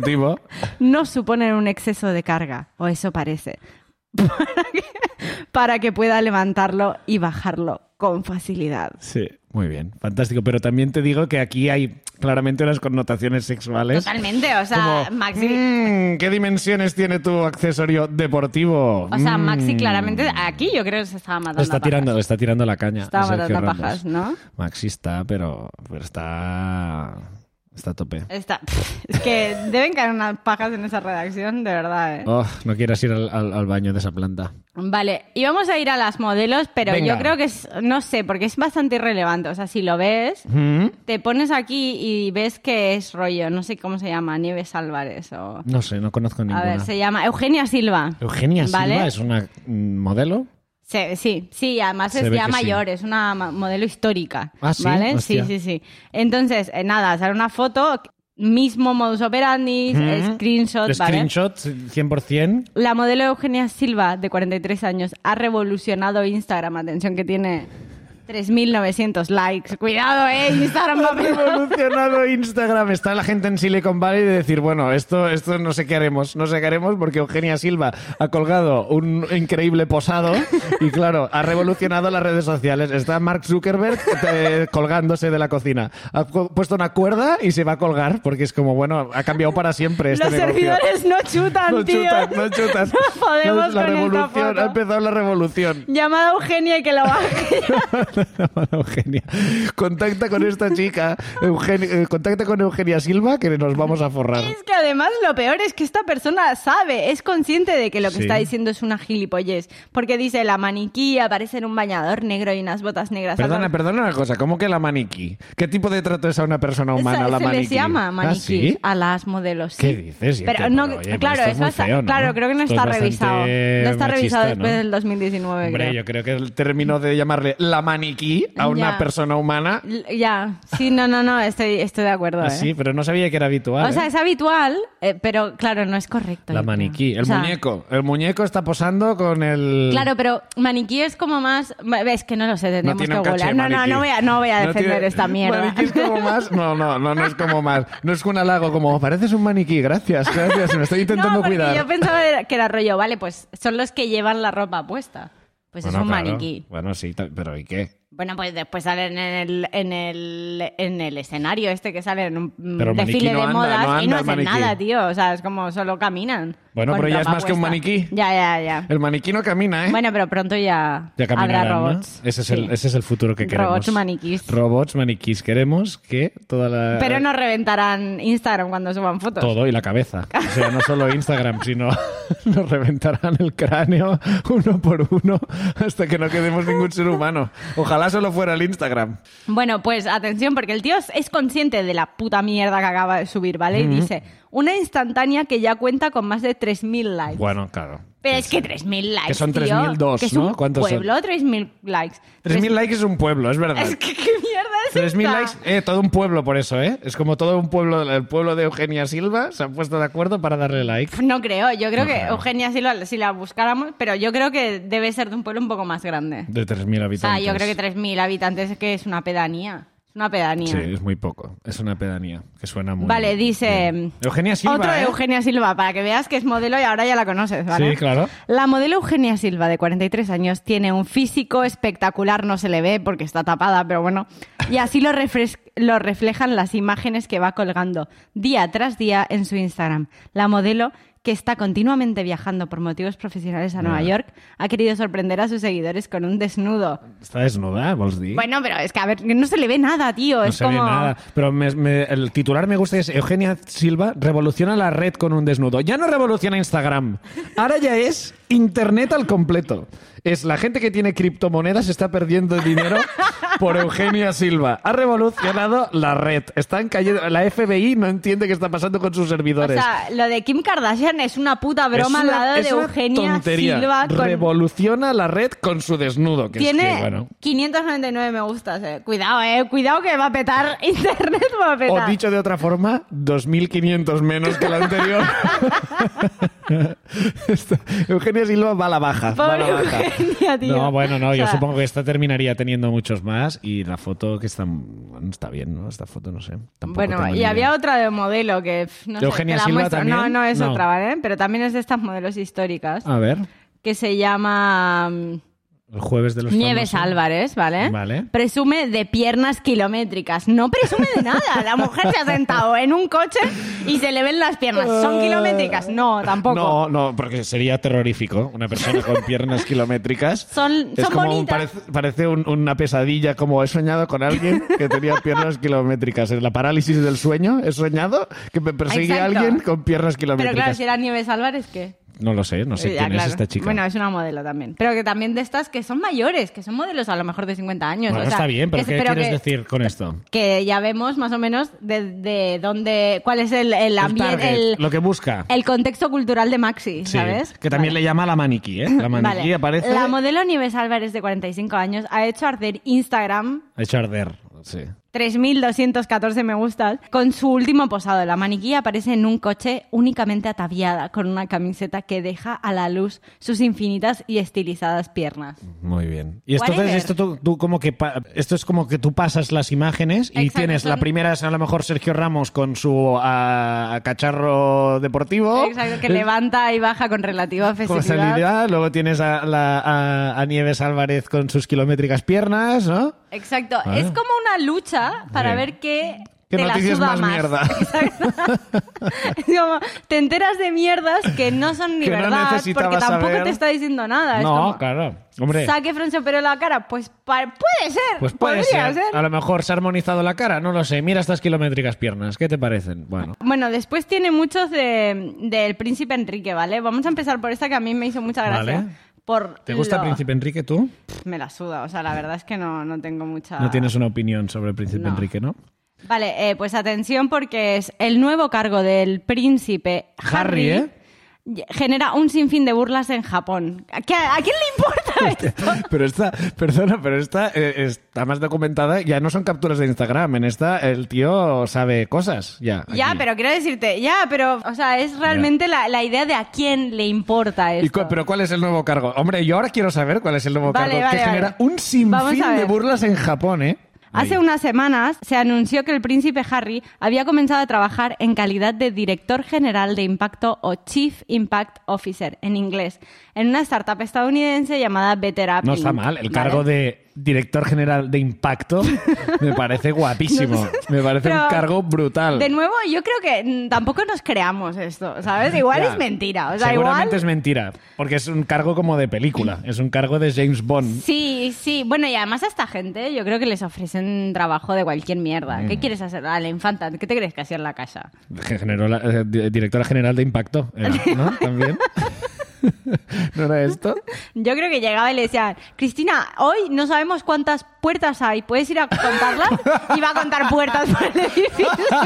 [SPEAKER 2] No suponen un exceso de carga, o eso parece, para que, para que pueda levantarlo y bajarlo con facilidad.
[SPEAKER 3] Sí, muy bien, fantástico. Pero también te digo que aquí hay claramente unas connotaciones sexuales.
[SPEAKER 2] Totalmente, o sea,
[SPEAKER 3] como,
[SPEAKER 2] Maxi...
[SPEAKER 3] Mmm, ¿qué dimensiones tiene tu accesorio deportivo?
[SPEAKER 2] O sea,
[SPEAKER 3] mm.
[SPEAKER 2] Maxi claramente, aquí yo creo que se estaba matando
[SPEAKER 3] está
[SPEAKER 2] a
[SPEAKER 3] tirando,
[SPEAKER 2] pajas.
[SPEAKER 3] está tirando la caña.
[SPEAKER 2] Estaba matando a
[SPEAKER 3] Ramos.
[SPEAKER 2] pajas, ¿no?
[SPEAKER 3] Maxi está, pero, pero está... Está a tope.
[SPEAKER 2] Está... Es que deben caer unas pajas en esa redacción, de verdad, ¿eh?
[SPEAKER 3] Oh, no quieras ir al, al, al baño de esa planta.
[SPEAKER 2] Vale, y vamos a ir a las modelos, pero
[SPEAKER 3] Venga.
[SPEAKER 2] yo creo que es, no sé, porque es bastante irrelevante. O sea, si lo ves,
[SPEAKER 3] ¿Mm?
[SPEAKER 2] te pones aquí y ves que es rollo, no sé cómo se llama, Nieves Álvarez o...
[SPEAKER 3] No sé, no conozco ninguna.
[SPEAKER 2] A ver, se llama Eugenia Silva.
[SPEAKER 3] Eugenia
[SPEAKER 2] ¿vale?
[SPEAKER 3] Silva es una mm, modelo.
[SPEAKER 2] Sí, sí, sí, además
[SPEAKER 3] Se
[SPEAKER 2] es
[SPEAKER 3] ve
[SPEAKER 2] ya
[SPEAKER 3] que
[SPEAKER 2] mayor,
[SPEAKER 3] sí.
[SPEAKER 2] es una ma- modelo histórica.
[SPEAKER 3] Ah, ¿sí?
[SPEAKER 2] ¿Vale?
[SPEAKER 3] Hostia.
[SPEAKER 2] Sí, sí, sí. Entonces, eh, nada, sale una foto, mismo modus operandi,
[SPEAKER 3] Mm.
[SPEAKER 2] screenshot, ¿vale?
[SPEAKER 3] Screenshot, cien por ciento.
[SPEAKER 2] La modelo Eugenia Silva, de cuarenta y tres años, ha revolucionado Instagram. Atención, que tiene tres mil novecientos likes. Cuidado, ¿eh? Instagram va
[SPEAKER 3] Ha revolucionado Instagram. Está la gente en Silicon Valley de decir, bueno, esto, esto no sé qué haremos. No sé qué haremos porque Eugenia Silva ha colgado un increíble posado y, claro, ha revolucionado las redes sociales. Está Mark Zuckerberg eh, colgándose de la cocina. Ha co- puesto una cuerda y se va a colgar porque es como, bueno, ha cambiado para siempre este
[SPEAKER 2] Los
[SPEAKER 3] negocio.
[SPEAKER 2] servidores no chutan,
[SPEAKER 3] No
[SPEAKER 2] tío.
[SPEAKER 3] chutan, no chutan.
[SPEAKER 2] No podemos
[SPEAKER 3] la
[SPEAKER 2] con esta
[SPEAKER 3] revolución,
[SPEAKER 2] foto.
[SPEAKER 3] ha empezado la revolución.
[SPEAKER 2] Llamada a Eugenia y que lo baje.
[SPEAKER 3] Eugenia. Contacta con esta chica, Eugenia, eh, contacta con Eugenia Silva, que nos vamos a forrar.
[SPEAKER 2] Es que además lo peor es que esta persona sabe, es consciente de que lo que
[SPEAKER 3] Sí.
[SPEAKER 2] está diciendo es una gilipollez. Porque dice, la maniquí aparece en un bañador negro y unas botas negras.
[SPEAKER 3] Perdona,
[SPEAKER 2] Algo-
[SPEAKER 3] perdona una cosa, ¿cómo que la maniquí? ¿Qué tipo de trato es a una persona humana
[SPEAKER 2] Esa-
[SPEAKER 3] la
[SPEAKER 2] se
[SPEAKER 3] maniquí?
[SPEAKER 2] les llama maniquís
[SPEAKER 3] ¿Ah, sí?
[SPEAKER 2] a las modelos. Sí.
[SPEAKER 3] ¿Qué dices? Y
[SPEAKER 2] Pero
[SPEAKER 3] que,
[SPEAKER 2] no,
[SPEAKER 3] pero, oye,
[SPEAKER 2] claro,
[SPEAKER 3] pues esto es
[SPEAKER 2] eso
[SPEAKER 3] muy
[SPEAKER 2] está-
[SPEAKER 3] feo, ¿no?
[SPEAKER 2] claro, creo que no
[SPEAKER 3] Esto
[SPEAKER 2] está
[SPEAKER 3] es bastante
[SPEAKER 2] revisado. No está
[SPEAKER 3] machista,
[SPEAKER 2] revisado después
[SPEAKER 3] ¿no?
[SPEAKER 2] del dos mil diecinueve.
[SPEAKER 3] Hombre,
[SPEAKER 2] creo.
[SPEAKER 3] yo creo que el término de llamarle la maniquí a una
[SPEAKER 2] Ya.
[SPEAKER 3] persona humana...
[SPEAKER 2] L- Ya, sí, no, no, no, estoy, estoy de acuerdo.
[SPEAKER 3] Ah,
[SPEAKER 2] ¿eh?
[SPEAKER 3] sí, pero no sabía que era habitual.
[SPEAKER 2] O sea,
[SPEAKER 3] ¿eh?
[SPEAKER 2] es habitual, eh, pero claro, no es correcto.
[SPEAKER 3] La
[SPEAKER 2] yo creo.
[SPEAKER 3] maniquí, el
[SPEAKER 2] O sea,
[SPEAKER 3] muñeco. El muñeco está posando con el...
[SPEAKER 2] Claro, pero maniquí es como más... Ves que no lo sé,
[SPEAKER 3] No
[SPEAKER 2] tendríamos
[SPEAKER 3] tiene
[SPEAKER 2] que
[SPEAKER 3] un caché,
[SPEAKER 2] googlear. No, no,
[SPEAKER 3] maniquí.
[SPEAKER 2] no voy a, no voy a
[SPEAKER 3] No
[SPEAKER 2] defender
[SPEAKER 3] tiene-
[SPEAKER 2] esta mierda.
[SPEAKER 3] Maniquí es como más... No, no, no, no es como más. No es un halago como, pareces un maniquí, gracias, gracias, me estoy intentando
[SPEAKER 2] no, porque
[SPEAKER 3] cuidar.
[SPEAKER 2] yo pensaba que era rollo, vale, pues son los que llevan la ropa puesta. Pues
[SPEAKER 3] Bueno,
[SPEAKER 2] es un
[SPEAKER 3] claro.
[SPEAKER 2] maniquí.
[SPEAKER 3] Bueno, sí, ta- pero ¿y qué?
[SPEAKER 2] Bueno, pues después salen en el, en el, en el escenario este que sale en un mm,
[SPEAKER 3] Pero el maniquí
[SPEAKER 2] desfile
[SPEAKER 3] no
[SPEAKER 2] de
[SPEAKER 3] anda,
[SPEAKER 2] modas
[SPEAKER 3] no
[SPEAKER 2] y
[SPEAKER 3] anda
[SPEAKER 2] no
[SPEAKER 3] el
[SPEAKER 2] hacen
[SPEAKER 3] maniquí.
[SPEAKER 2] nada, tío. O sea, es como solo caminan.
[SPEAKER 3] Bueno,
[SPEAKER 2] con
[SPEAKER 3] pero ya es
[SPEAKER 2] ropa
[SPEAKER 3] más que un
[SPEAKER 2] puesta.
[SPEAKER 3] maniquí.
[SPEAKER 2] Ya, ya, ya.
[SPEAKER 3] El maniquí no camina, ¿eh?
[SPEAKER 2] Bueno, pero pronto ya,
[SPEAKER 3] Ya
[SPEAKER 2] habrá
[SPEAKER 3] caminarán, ¿no?
[SPEAKER 2] robots.
[SPEAKER 3] Ese es,
[SPEAKER 2] Sí.
[SPEAKER 3] el, ese es el futuro que queremos.
[SPEAKER 2] Robots maniquís.
[SPEAKER 3] Robots maniquís. Queremos que toda la...
[SPEAKER 2] Pero no reventarán Instagram cuando suban fotos.
[SPEAKER 3] Todo y la cabeza. O sea, no solo Instagram, sino nos reventarán el cráneo uno por uno hasta que no quedemos ningún ser humano. Ojalá solo fuera el Instagram.
[SPEAKER 2] Bueno, pues atención, porque el tío es- es consciente de la puta mierda que acaba de subir, ¿vale? Y dice, una instantánea que ya cuenta con más de tres mil likes.
[SPEAKER 3] Bueno, claro.
[SPEAKER 2] Pero es que tres mil likes,
[SPEAKER 3] Que son
[SPEAKER 2] tío,
[SPEAKER 3] tres mil dos,
[SPEAKER 2] que es
[SPEAKER 3] ¿no?
[SPEAKER 2] un
[SPEAKER 3] ¿Cuántos son?
[SPEAKER 2] pueblo, tres mil likes.
[SPEAKER 3] tres mil likes es un pueblo, es verdad.
[SPEAKER 2] Es que qué mierda es
[SPEAKER 3] tres mil
[SPEAKER 2] esta?
[SPEAKER 3] likes, eh, todo un pueblo por eso, ¿eh? Es como todo un pueblo, el pueblo de Eugenia Silva se han puesto de acuerdo para darle like.
[SPEAKER 2] No creo, yo creo
[SPEAKER 3] No
[SPEAKER 2] que
[SPEAKER 3] creo.
[SPEAKER 2] Eugenia si, lo- si la buscáramos, pero yo creo que debe ser de un pueblo un poco más grande.
[SPEAKER 3] De tres mil
[SPEAKER 2] O
[SPEAKER 3] habitantes.
[SPEAKER 2] sea, yo creo que tres mil habitantes es que es una pedanía. Es una pedanía.
[SPEAKER 3] Sí, es muy poco. Es una pedanía que suena muy
[SPEAKER 2] Vale, dice...
[SPEAKER 3] bien. Eugenia Silva,
[SPEAKER 2] Otro de
[SPEAKER 3] ¿eh?
[SPEAKER 2] Eugenia Silva, para que veas que es modelo y ahora ya la conoces, ¿vale?
[SPEAKER 3] Sí, claro.
[SPEAKER 2] La modelo Eugenia Silva, de cuarenta y tres años, tiene un físico espectacular, no se le ve porque está tapada, pero bueno. Y así lo, refres- lo reflejan las imágenes que va colgando día tras día en su Instagram. La modelo, que está continuamente viajando por motivos profesionales a Nueva
[SPEAKER 3] Ah.
[SPEAKER 2] York, ha querido sorprender a sus seguidores con un desnudo.
[SPEAKER 3] Está desnuda, vols dir?
[SPEAKER 2] Bueno, pero es que, a ver, no se le ve nada, tío.
[SPEAKER 3] no
[SPEAKER 2] es
[SPEAKER 3] se
[SPEAKER 2] como...
[SPEAKER 3] ve nada. Pero me- me- el titular me gusta, es Eugenia Silva revoluciona la red con un desnudo. Ya no revoluciona Instagram. Ahora ya es Internet al completo. Es la gente que tiene criptomonedas está perdiendo dinero por Eugenia Silva. Ha revolucionado la red. Están cayendo... La F B I no entiende qué está pasando con sus
[SPEAKER 2] O
[SPEAKER 3] servidores.
[SPEAKER 2] sea, lo de Kim Kardashian es una puta broma
[SPEAKER 3] Es una-
[SPEAKER 2] al lado
[SPEAKER 3] es
[SPEAKER 2] de
[SPEAKER 3] una
[SPEAKER 2] Eugenia
[SPEAKER 3] tontería.
[SPEAKER 2] Silva. Con...
[SPEAKER 3] Revoluciona la red con su desnudo. Que
[SPEAKER 2] Tiene
[SPEAKER 3] es que, bueno...
[SPEAKER 2] quinientos noventa y nueve me gustas, eh. Cuidado, eh. Cuidado que va a petar. Internet va a petar.
[SPEAKER 3] O dicho de otra forma, dos mil quinientos menos que la anterior. Esta- Eugenia Silva va a la baja. va a la
[SPEAKER 2] Pobre
[SPEAKER 3] baja.
[SPEAKER 2] Eugenia, tío.
[SPEAKER 3] No, bueno, no,
[SPEAKER 2] O
[SPEAKER 3] yo
[SPEAKER 2] sea,
[SPEAKER 3] supongo que esta terminaría teniendo muchos más y la foto que está, bueno, está bien, ¿no? Esta foto no sé. Tampoco
[SPEAKER 2] Bueno,
[SPEAKER 3] tengo ni
[SPEAKER 2] y
[SPEAKER 3] idea.
[SPEAKER 2] había otra de modelo que pf, no
[SPEAKER 3] ¿De
[SPEAKER 2] sé,
[SPEAKER 3] Eugenia
[SPEAKER 2] te la
[SPEAKER 3] Silva
[SPEAKER 2] muestro.
[SPEAKER 3] también?
[SPEAKER 2] No, no es
[SPEAKER 3] No.
[SPEAKER 2] otra, ¿vale? Pero también es de estas modelos históricas
[SPEAKER 3] A ver,
[SPEAKER 2] que se llama mm,
[SPEAKER 3] el jueves de los
[SPEAKER 2] Nieves
[SPEAKER 3] famosos.
[SPEAKER 2] Álvarez, ¿vale?
[SPEAKER 3] Vale.
[SPEAKER 2] Presume de piernas kilométricas. No presume de nada. La mujer se ha sentado en un coche y se le ven las piernas. ¿Son kilométricas? No, tampoco.
[SPEAKER 3] No, no, porque sería terrorífico una persona con piernas kilométricas.
[SPEAKER 2] Son-
[SPEAKER 3] es
[SPEAKER 2] son
[SPEAKER 3] como un-
[SPEAKER 2] bonitas.
[SPEAKER 3] parece, parece un- una pesadilla, como he soñado con alguien que tenía piernas kilométricas. En la parálisis del sueño he soñado que me perseguía
[SPEAKER 2] Exacto.
[SPEAKER 3] alguien con piernas
[SPEAKER 2] Pero
[SPEAKER 3] kilométricas.
[SPEAKER 2] claro, si era Nieves Álvarez, ¿qué?
[SPEAKER 3] No lo sé, no sé
[SPEAKER 2] Ya,
[SPEAKER 3] quién
[SPEAKER 2] claro.
[SPEAKER 3] es esta chica.
[SPEAKER 2] Bueno, es una modelo también. Pero que también de estas que son mayores, que son modelos a lo mejor de cincuenta años.
[SPEAKER 3] Bueno,
[SPEAKER 2] o sea,
[SPEAKER 3] está bien, pero
[SPEAKER 2] que-
[SPEAKER 3] ¿qué quieres
[SPEAKER 2] que-
[SPEAKER 3] decir con esto?
[SPEAKER 2] Que ya vemos más o menos de, de dónde, cuál es el, el
[SPEAKER 3] El
[SPEAKER 2] ambiente,
[SPEAKER 3] target,
[SPEAKER 2] el,
[SPEAKER 3] lo que busca.
[SPEAKER 2] el contexto cultural de Maxi,
[SPEAKER 3] Sí,
[SPEAKER 2] ¿sabes?
[SPEAKER 3] que también
[SPEAKER 2] Vale.
[SPEAKER 3] le llama la maniquí, ¿eh? La maniquí
[SPEAKER 2] Vale.
[SPEAKER 3] aparece...
[SPEAKER 2] La modelo Nieves Álvarez, de cuarenta y cinco años, ha hecho arder Instagram
[SPEAKER 3] Ha hecho arder, sí.
[SPEAKER 2] tres mil doscientos catorce me gustas con su último posado. La maniquí aparece en un coche únicamente ataviada con una camiseta que deja a la luz sus infinitas y estilizadas piernas.
[SPEAKER 3] Muy bien. Y entonces
[SPEAKER 2] Whatever.
[SPEAKER 3] esto tú, tú como que pa- esto es como que tú pasas las imágenes y
[SPEAKER 2] Exacto,
[SPEAKER 3] tienes la
[SPEAKER 2] son-
[SPEAKER 3] primera es a lo mejor Sergio Ramos con su ah, cacharro deportivo.
[SPEAKER 2] Exacto, que
[SPEAKER 3] Eh,
[SPEAKER 2] levanta y baja con relativa
[SPEAKER 3] con
[SPEAKER 2] festividad.
[SPEAKER 3] facilidad. Luego tienes a, la- a- a Nieves Álvarez con sus kilométricas piernas, ¿no?
[SPEAKER 2] Exacto.
[SPEAKER 3] Ah.
[SPEAKER 2] Es como una lucha para
[SPEAKER 3] Sí.
[SPEAKER 2] ver qué...
[SPEAKER 3] ¿Qué
[SPEAKER 2] te la
[SPEAKER 3] noticias
[SPEAKER 2] suda
[SPEAKER 3] más mierda?
[SPEAKER 2] Exacto. Es como, te enteras de mierdas que no son ni
[SPEAKER 3] Que no
[SPEAKER 2] verdad, porque
[SPEAKER 3] necesitabas
[SPEAKER 2] tampoco
[SPEAKER 3] saber.
[SPEAKER 2] te está diciendo nada. Es
[SPEAKER 3] No,
[SPEAKER 2] como,
[SPEAKER 3] claro. Hombre.
[SPEAKER 2] Saque Fran se operó la cara. Pues pa- puede ser.
[SPEAKER 3] Pues puede
[SPEAKER 2] podría
[SPEAKER 3] ser. A lo mejor se ha armonizado la cara, no lo sé. Mira estas kilométricas piernas, ¿qué te parecen? Bueno.
[SPEAKER 2] Bueno, después tiene muchos de, del Príncipe Enrique, ¿vale? Vamos a empezar por esta que a mí me hizo mucha gracia.
[SPEAKER 3] Vale.
[SPEAKER 2] Por
[SPEAKER 3] ¿Te gusta
[SPEAKER 2] lo-
[SPEAKER 3] el Príncipe Enrique tú?
[SPEAKER 2] Me la suda, o sea, la verdad es que no, no tengo mucha...
[SPEAKER 3] No tienes una opinión sobre el Príncipe
[SPEAKER 2] No.
[SPEAKER 3] Enrique, ¿no?
[SPEAKER 2] Vale, eh, pues atención porque es el nuevo cargo del príncipe
[SPEAKER 3] Harry,
[SPEAKER 2] Harry,
[SPEAKER 3] ¿eh?
[SPEAKER 2] genera un sinfín de burlas en Japón. ¿A, qué- a quién le importa esto?
[SPEAKER 3] Pero esta, perdona, pero esta eh, está más documentada. Ya no son capturas de Instagram. En esta el tío sabe cosas. Ya.
[SPEAKER 2] Ya,
[SPEAKER 3] aquí.
[SPEAKER 2] pero quiero decirte, ya, pero, o sea, es realmente la, la idea de a quién le importa
[SPEAKER 3] ¿Y
[SPEAKER 2] esto.
[SPEAKER 3] cu- ¿Pero cuál es el nuevo cargo? Hombre, yo ahora quiero saber cuál es el nuevo
[SPEAKER 2] Vale,
[SPEAKER 3] cargo
[SPEAKER 2] vale,
[SPEAKER 3] que
[SPEAKER 2] vale.
[SPEAKER 3] genera un
[SPEAKER 2] Vamos
[SPEAKER 3] sinfín
[SPEAKER 2] a
[SPEAKER 3] de
[SPEAKER 2] ver.
[SPEAKER 3] burlas en Japón, ¿eh?
[SPEAKER 2] Hace
[SPEAKER 3] Ahí.
[SPEAKER 2] unas semanas se anunció que el príncipe Harry había comenzado a trabajar en calidad de director general de impacto o Chief Impact Officer en inglés en una startup estadounidense llamada Better App
[SPEAKER 3] No está
[SPEAKER 2] Inc,
[SPEAKER 3] mal. El
[SPEAKER 2] ¿vale?
[SPEAKER 3] cargo de director general de impacto me parece guapísimo. Me parece
[SPEAKER 2] Pero,
[SPEAKER 3] un cargo brutal.
[SPEAKER 2] De nuevo, yo creo que mm, tampoco nos creamos esto, ¿sabes? Igual
[SPEAKER 3] Ya.
[SPEAKER 2] es mentira. O sea,
[SPEAKER 3] Seguramente
[SPEAKER 2] igual...
[SPEAKER 3] es mentira. Porque es un cargo como de película. Es un cargo de James Bond.
[SPEAKER 2] Sí, sí. Bueno, y además a esta gente yo creo que les ofrecen trabajo de cualquier mierda.
[SPEAKER 3] Mm.
[SPEAKER 2] ¿Qué quieres hacer? A la infanta, ¿qué te crees que hacía en la casa?
[SPEAKER 3] Que generó la- eh, di- directora general de impacto. Era, ¿no? También. ¿No era esto?
[SPEAKER 2] Yo creo que llegaba y le decían, Cristina, hoy no sabemos cuántas puertas hay, ¿puedes ir a contarlas? Y va a contar puertas por el edificio.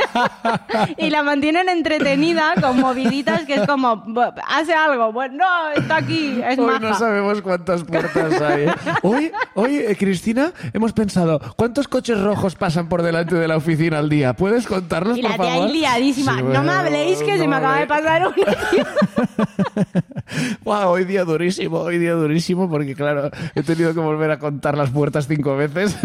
[SPEAKER 2] Y la mantienen entretenida con moviditas que es como, hace algo, bueno, no, está aquí, es
[SPEAKER 3] Hoy
[SPEAKER 2] maja.
[SPEAKER 3] no sabemos cuántas puertas hay. ¿eh? Hoy, hoy eh, Cristina, hemos pensado, ¿cuántos coches rojos pasan por delante de la oficina al día? ¿Puedes contarlos,
[SPEAKER 2] Y
[SPEAKER 3] por
[SPEAKER 2] la tía
[SPEAKER 3] favor?
[SPEAKER 2] ahí liadísima.
[SPEAKER 3] Sí,
[SPEAKER 2] no
[SPEAKER 3] bueno,
[SPEAKER 2] me habléis que
[SPEAKER 3] no
[SPEAKER 2] se me acaba de
[SPEAKER 3] me-
[SPEAKER 2] pasar una, tío.
[SPEAKER 3] Wow, hoy día durísimo, hoy día durísimo, porque claro, he tenido que volver a contar las puertas cinco veces.